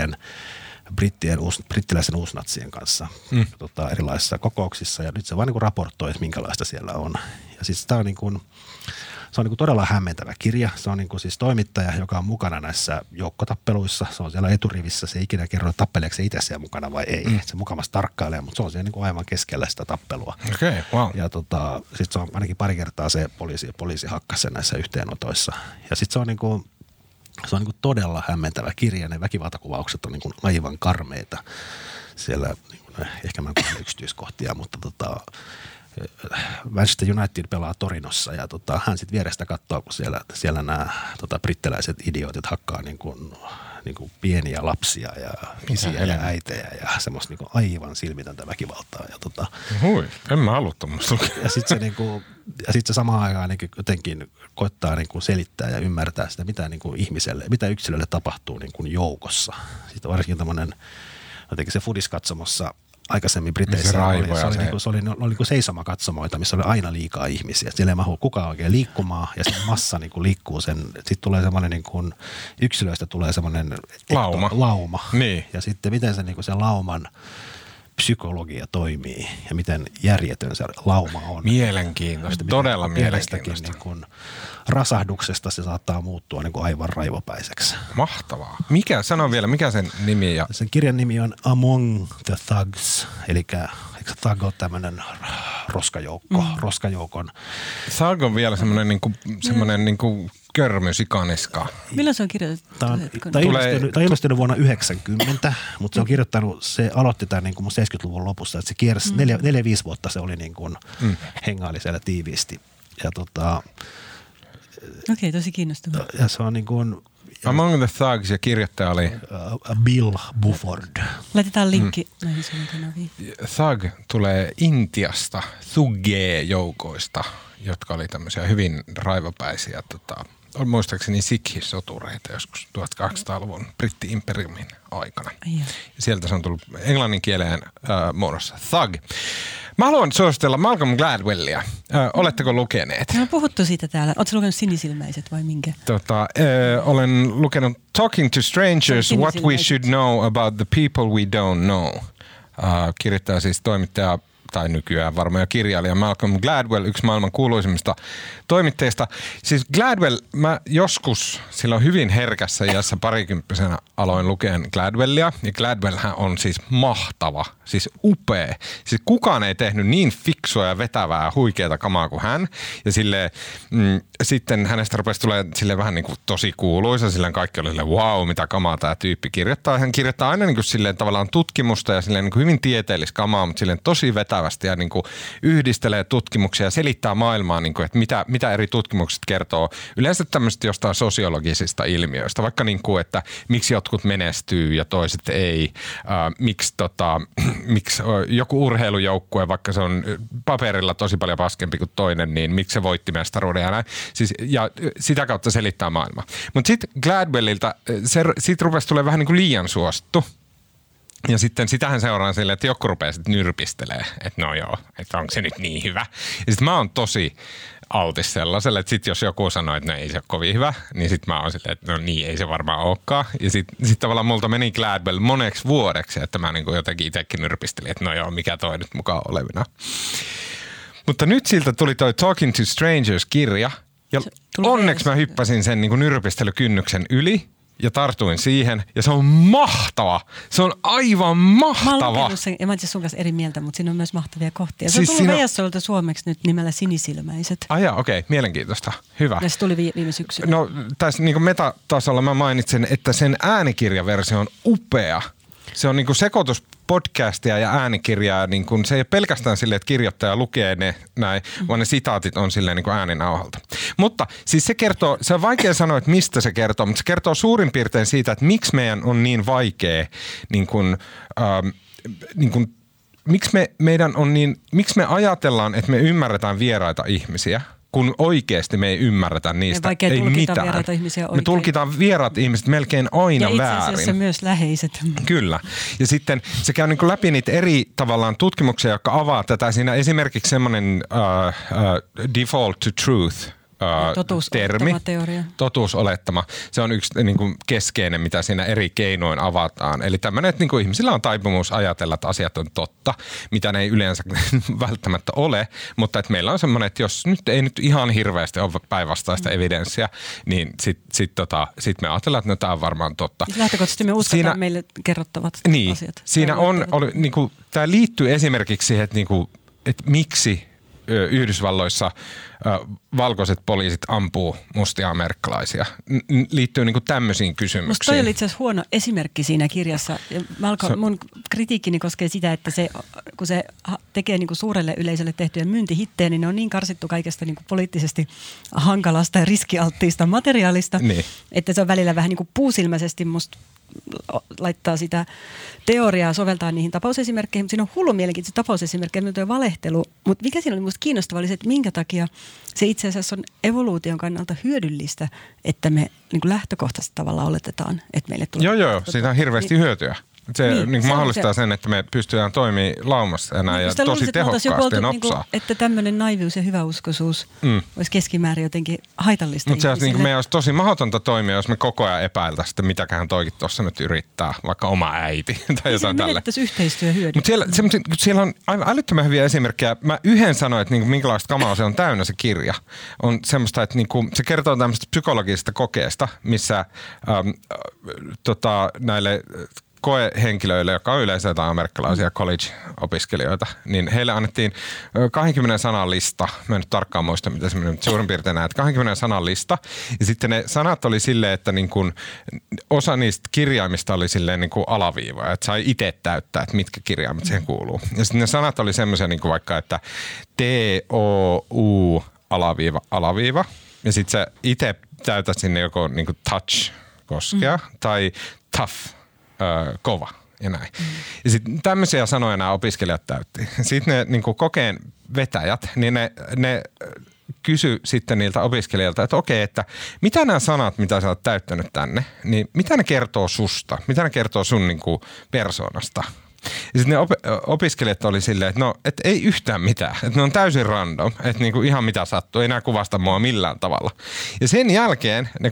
brittiläisen uusnatsien kanssa erilaisissa kokouksissa ja nyt se vaan niin kuin raportoi, että minkälaista siellä on. Ja siis tämä on niin kuin, se on niin kuin todella hämmentävä kirja. Se on niin kuin siis toimittaja, joka on mukana näissä joukkotappeluissa. Se on siellä eturivissä. Se ei ikinä kerro, että se itse siellä mukana vai ei. Se mukavasti tarkkailee, mutta se on siellä niin kuin aivan keskellä sitä tappelua. Okay, wow. Ja sitten se on ainakin pari kertaa se poliisi hakkasi sen näissä yhteenotoissa. Ja sitten se on niin kuin todella hämmentävä kirja. Ne väkivaltakuvaukset on niin kuin aivan karmeita. Siellä ehkä mä en kuule yksityiskohtia, mutta Manchester United pelaa Torinossa ja hän sitten vierestä katsoo, kun siellä nämä brittiläiset idiootit hakkaa niin kuin pieniä lapsia ja isiä ja äitejä ja semmoista niin kuin aivan silmitöntä väkivaltaa. Ja Hui, en mä halua tommoista. Ja sitten se, niin se samaan aikaan niin jotenkin koittaa niin kuin selittää ja ymmärtää sitä, mitä, niin kuin mitä yksilölle tapahtuu niin kuin joukossa. Sitten varsinkin tämmöinen, jotenkin se fudiskatsomossa aikaisemmin Briteissä oli seisomakatsomoita, missä oli aina liikaa ihmisiä. Siellä ei mahdu kukaan oikein liikkumaan ja sen massa niin kuin liikkuu sen. Sitten tulee semmoinen niin kuin, yksilöistä tulee semmoinen lauma. Niin. Ja sitten miten se, niin kuin se lauman psykologia toimii ja miten järjetön se lauma on. Mielenkiintoista, todella mielenkiintoista. Niin kuin rasahduksesta se saattaa muuttua niin kuin aivan raivopäiseksi. Mahtavaa. Sano vielä, mikä sen nimi on? Sen kirjan nimi on Among the Thugs, eli eikö Thug ole tämmöinen roskajoukon. Thug on vielä semmoinen niinku körmysikaniska. Milloin se on kirjoitettu? Tämä on ilmestynyt vuonna 1990, mutta se aloitti tämän niin kuin 70-luvun lopussa, että se kiersi 4-5 vuotta se oli niin kuin hengaili siellä tiiviisti. Ja Okei, tosi kiinnostavaa. Ja se on niin kuin Among the Thugs ja kirjoittaja oli Bill Bufford. Laitetaan linkki näihin kanaviin. Thug tulee Intiasta, Thugee-joukoista, jotka oli tämmöisiä hyvin raivopäisiä, muistaakseni Sikhi-sotureita joskus 1800-luvun britti-imperiumin aikana. Ja sieltä se on tullut englannin kieleen muodossa Thug. Mä haluan suositella Malcolm Gladwellia. Oletteko lukeneet? Me on puhuttu siitä täällä. Oletko lukenut Sinisilmäiset vai minkä? Olen lukenut Talking to Strangers, What We Should Know About the People We Don't Know. Kirjoittaa siis toimittaja tai nykyään varmaan jo kirjailija Malcolm Gladwell, yksi maailman kuuluisimmista toimittajista. Siis Gladwell, mä joskus silloin hyvin herkässä iässä parikymppisenä aloin lukeen Gladwellia, ja Gladwellhän on siis mahtava, siis upea. Siis kukaan ei tehnyt niin fiksua ja vetävää huikeata kamaa kuin hän, ja sitten hänestä rupesi tulemaan silleen vähän niin kuin tosi kuuluisa, silleen kaikki oli silleen wow, mitä kamaa tämä tyyppi kirjoittaa. Hän kirjoittaa aina niin kuin silleen tavallaan tutkimusta ja silleen niin kuin hyvin tieteellistä kamaa, mutta silleen tosi vetävästi ja niin kuin yhdistelee tutkimuksia ja selittää maailmaa, niin kuin, että mitä eri tutkimukset kertoo. Yleensä tämmöistä jostain sosiologisista ilmiöistä, vaikka niin kuin, että miksi jotkut menestyy ja toiset ei, miksi joku urheilujoukkue, vaikka se on paperilla tosi paljon paskempi kuin toinen, niin miksi se voitti mestaruuden ja näin. Siis, ja sitä kautta selittää maailmaa. Mutta sitten Gladwellilta, siitä rupesi tulemaan vähän niin kuin liian suosittu. Ja sitten sitähän seuraan silleen, että joku rupeaa sitten nyrpistelee, että no joo, että onko se nyt niin hyvä. Ja sitten mä oon tosi altis sellaiselle, että sitten jos joku sanoo, että no ei se ole kovin hyvä, niin sitten mä oon silleen, että no niin, ei se varmaan olekaan. Ja sitten tavallaan multa meni Gladwell moneksi vuodeksi, että mä niin kuin jotenkin itsekin nyrpistelin, että no joo, mikä toi nyt mukaan olevina. Mutta nyt siltä tuli toi Talking to Strangers-kirja, ja onneksi mä hyppäsin sen niin kuin nyrpistelykynnyksen yli. Ja tartuin siihen, ja se on mahtava. Se on aivan mahtava. Mä oon lukenut sen, ja mä itse sun kanssa eri mieltä, mutta siinä on myös mahtavia kohtia. Se on tullut Veijassolta suomeksi nyt nimellä Sinisilmäiset. Okei, mielenkiintoista. Hyvä. Ja se tuli viime syksynä. No tässä niin kuin metatasolla mä mainitsen, että sen äänikirjaversio on upea. Se on niin kuin sekoitus podcastia ja äänikirjaa, niin kuin, se ei ole pelkästään silleen, että kirjoittaja lukee ne näin, vaan ne sitaatit on silleen niin kuin ääninauhalta. Mutta siis se on vaikea sanoa, että mistä se kertoo, mutta se kertoo suurin piirtein siitä, että miksi meidän on niin vaikea, miksi me ajatellaan, että me ymmärretään vieraita ihmisiä, kun oikeasti me ei ymmärretä niistä ei mitään. Me tulkitaan vieraat ihmiset melkein aina väärin. Ja itse asiassa myös läheiset. Kyllä. Ja sitten se käy niin kuin läpi niitä eri tavallaan tutkimuksia, jotka avaa tätä. Siinä esimerkiksi semmoinen default to truth termi. Totuusolettama. Se on yksi niin kuin keskeinen, mitä siinä eri keinoin avataan. Eli tämmöinen, että niin kuin ihmisillä on taipumus ajatella, että asiat on totta, mitä ne ei yleensä välttämättä ole, mutta että meillä on semmoinen, että jos nyt ei nyt ihan hirveästi ole päinvastaista evidenssiä, niin sit me ajatellaan, että no, tämä on varmaan totta. Lähtökohtaisesti me uskotaan meille kerrottavat asiat. Siinä niin kuin, tämä liittyy esimerkiksi siihen, että miksi Yhdysvalloissa valkoiset poliisit ampuu mustia amerikkalaisia. Liittyy niinku tämmöisiin kysymyksiin. Musta toi oli itse asiassa huono esimerkki siinä kirjassa. Mun kritiikkini koskee sitä, että kun se tekee niinku suurelle yleisölle tehtyjä myyntihittejä, niin ne on niin karsittu kaikesta niinku poliittisesti hankalasta ja riskialttiista materiaalista, niin, että se on välillä vähän niinku puusilmäisesti musta laittaa sitä teoriaa, soveltaa niihin tapausesimerkkeihin. Siinä on hullu mielenkiintoisia tapausesimerkkejä, mutta on valehtelu. Mutta mikä siinä oli minusta kiinnostavaa oli se, että minkä takia se itse asiassa on evoluution kannalta hyödyllistä, että me niin kuin lähtökohtaisesti tavallaan oletetaan, että meille tulee... Joo, siitä on hirveästi hyötyä. Se niin mahdollistaa sen, että me pystytään toimimaan laumassa enää ja tosi tehokkaasti ja nopsaa. Että tämmöinen naivius ja hyväuskoisuus olisi keskimäärin jotenkin haitallista. Mutta se meidän olisi tosi mahdotonta toimia, jos me koko ajan epäiltäisiin, että mitäköhän toikin tuossa nyt yrittää, vaikka oma äiti tai jotain tälle. Menettäisiin yhteistyöhyödyt. Mutta siellä on aivan älyttömän hyviä esimerkkejä. Mä yhden sanoin, että niinku, minkälaista kamaa se on täynnä se kirja. On semmoista, että niinku, se kertoo tämmöistä psykologisesta kokeesta, missä näille koehenkilöille, jotka on yleensä jotain amerikkalaisia college-opiskelijoita, niin heille annettiin 20 sanan lista. Mä en nyt tarkkaan muista, mitä se meni, suurin piirtein näet. 20 sanan lista. Ja sitten ne sanat oli silleen, että niin kun osa niistä kirjaimista oli silleen niin kuin alaviivoja, että sai itse täyttää, että mitkä kirjaimet siihen kuuluu. Ja sitten ne sanat oli semmoisia niin kuin vaikka, että T-O-U alaviiva. Ja sitten sä itse täytät sinne joko niin kuin touch, koskea, tai tough, kova ja näin. Ja sitten tämmöisiä sanoja nämä opiskelijat täytti. Sitten ne niin kuin kokeen vetäjät, niin ne kysy sitten niiltä opiskelijoilta, että okei, että mitä nämä sanat, mitä sä oot täyttänyt tänne, niin mitä ne kertoo susta? Mitä ne kertoo sun niin kuin persoonasta? Ja sitten ne opiskelijat oli silleen, että no, et ei yhtään mitään. Että ne on täysin random. Että niinku ihan mitä sattuu. Ei enää kuvasta mua millään tavalla. Ja sen jälkeen ne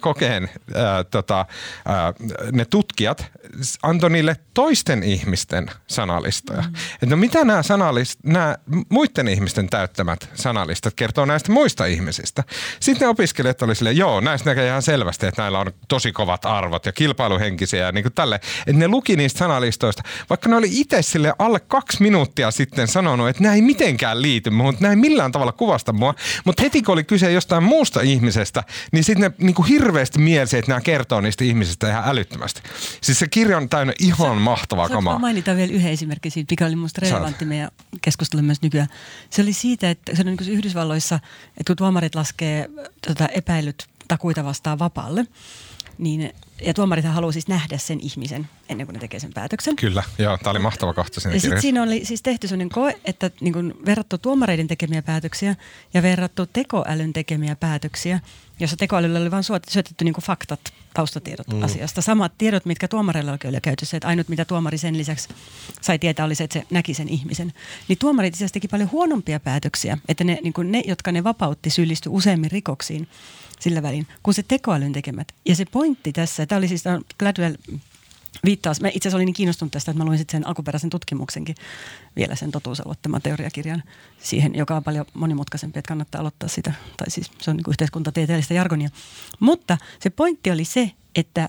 ne tutkijat antoi niille toisten ihmisten sanalistoja. Että no mitä nämä muiden ihmisten täyttämät sanalistat kertoo näistä muista ihmisistä. Sitten ne opiskelijat oli silleen, joo, näistä näkee ihan selvästi, että näillä on tosi kovat arvot ja kilpailuhenkisiä ja niin kuin tälle. Että ne luki niistä sanalistoista, vaikka ne oli itse sille alle 2 minuuttia sitten sanonut, että nämä ei mitenkään liity muuhun, nämä ei millään tavalla kuvasta mua. Mutta heti kun oli kyse jostain muusta ihmisestä, niin sitten ne niin kuin hirveästi mielsi, että nämä kertoo niistä ihmisistä ihan älyttömästi. Siis se kirja on täynnä ihan mahtavaa kamaa. Mainita vielä yhden esimerkin siitä, mikä oli minusta relevantti meidän keskustelun myös nykyään. Se oli siitä, että se on niin kuin Yhdysvalloissa, että kun tuomarit laskee epäilyt takuita vastaan vapaalle, niin, ja tuomarithan haluaa siis nähdä sen ihmisen ennen kuin ne tekee sen päätöksen. Kyllä, joo, tämä oli mahtava kohta siinä kirjassa. Ja sitten siinä oli siis tehty sellainen koe, että niin kuin verrattu tuomareiden tekemiä päätöksiä ja verrattu tekoälyn tekemiä päätöksiä, jossa tekoälyllä oli vain syötetty niin kuin faktat, taustatiedot asiasta. Samat tiedot, mitkä tuomareilla oli käytössä, että ainut mitä tuomari sen lisäksi sai tietää oli se, että se näki sen ihmisen. Niin tuomarit itse asiassa teki paljon huonompia päätöksiä, että ne, niin kuin ne jotka ne vapautti, syyllistyi useammin rikoksiin sillä välin, kuin se tekoälyn tekemät. Ja se pointti tässä, tämä oli siis Gladwell viittaus. Mä itse asiassa olin niin kiinnostunut tästä, että mä luin sitten sen alkuperäisen tutkimuksenkin vielä sen totuusaloittaman teoriakirjan siihen, joka on paljon monimutkaisempi, että kannattaa aloittaa sitä. Tai siis se on niin kuin yhteiskuntatieteellistä jargonia. Mutta se pointti oli se, että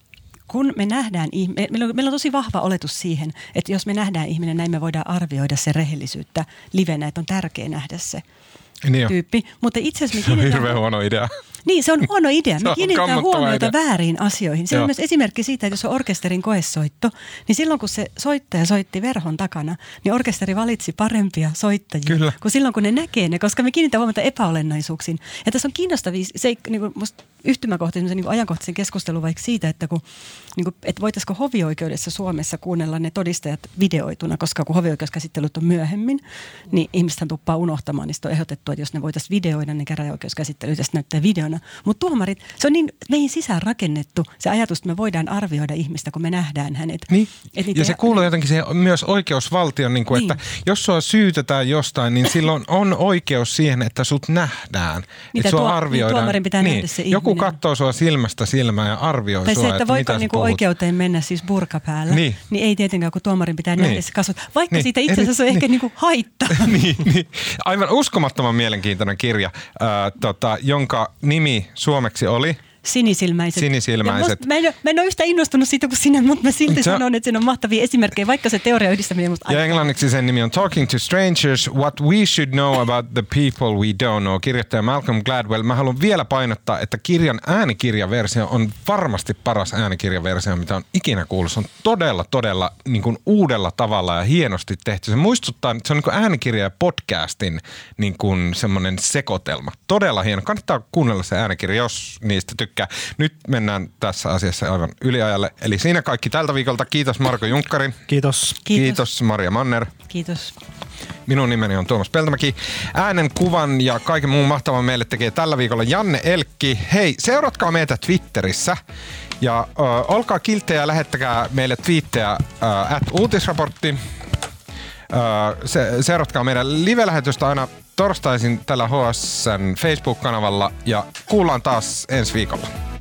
kun me nähdään meillä on tosi vahva oletus siihen, että jos me nähdään ihminen, näin me voidaan arvioida se rehellisyyttä livenä, että on tärkeää nähdä se tyyppi. Mutta itse asiassa se on hirveän huono idea. Niin, se on huono idea. Me kiinnitetään huomiota väärin asioihin. Se on myös esimerkki siitä, että jos on orkesterin koesoitto, niin silloin kun se soittaja soitti verhon takana, niin orkesteri valitsi parempia soittajia kuin silloin kun ne näkee ne, koska me kiinnitetään huomiota epäolennaisuuksiin. Ja tässä on kiinnostavia, se niin musta yhtymäkohtaisen niin ajankohtaisen keskustelun vaikka siitä, että, että voitaisiko hovioikeudessa Suomessa kuunnella ne todistajat videoituna, koska kun hovioikeuskäsittelyt on myöhemmin, niin ihmisethän tuppaa unohtamaan, niin on ehdotettu, että jos ne voitaisiin videoida ne käräjäoikeuskäsittelyt ja näyttää videona. Mutta tuomarit, se on niin meihin sisään rakennettu se ajatus, että me voidaan arvioida ihmistä, kun me nähdään hänet. Niin. Ja se kuuluu jotenkin siihen myös oikeusvaltion, niin kuin, että jos sua syytetään jostain, niin silloin on oikeus siihen, että sut nähdään. Että sua arvioidaan. Tuomarin pitää nähdä se joku katsoo sua silmästä silmään ja arvioi tai sua, se, että voiko mitä oikeuteen mennä siis burka päällä, niin ei tietenkään, kun tuomarin pitää nähdä se kasvot. Vaikka siitä itse asiassa on ehkä niin kuin haittaa. niin. Aivan uskomattoman mielenkiintoinen kirja, jonka nimi suomeksi oli Sinisilmäiset. Mä en ole yhtä innostunut siitä kuin sinä, mutta mä silti sanon, että siinä on mahtavia esimerkkejä, vaikka se teoria yhdistäminen musta. Ja englanniksi sen nimi on Talking to Strangers, What We Should Know About the People We Don't Know. Kirjoittaja Malcolm Gladwell. Mä haluan vielä painottaa, että kirjan äänikirjaversio on varmasti paras äänikirjaversio, mitä on ikinä kuullut. Se on todella niin kuin uudella tavalla ja hienosti tehty. Se muistuttaa, että se on niin kuin äänikirja ja podcastin niin kuin semmoinen sekoitelma. Todella hieno. Kannattaa kuunnella se äänikirja, jos niistä tykkää. Nyt mennään tässä asiassa aivan yliajalle. Eli siinä kaikki tältä viikolta. Kiitos Marko Junkkari. Kiitos Maria Manner. Kiitos. Minun nimeni on Tuomas Peltomäki. Äänen, kuvan ja kaiken muun mahtavan meille tekee tällä viikolla Janne Elkki. Hei, seuratkaa meitä Twitterissä. Ja olkaa kilttejä ja lähettäkää meille twiittejä @uutisraportti. Seuratkaa meidän live-lähetystä aina torstaisin tällä HSN Facebook-kanavalla ja kuullaan taas ensi viikolla.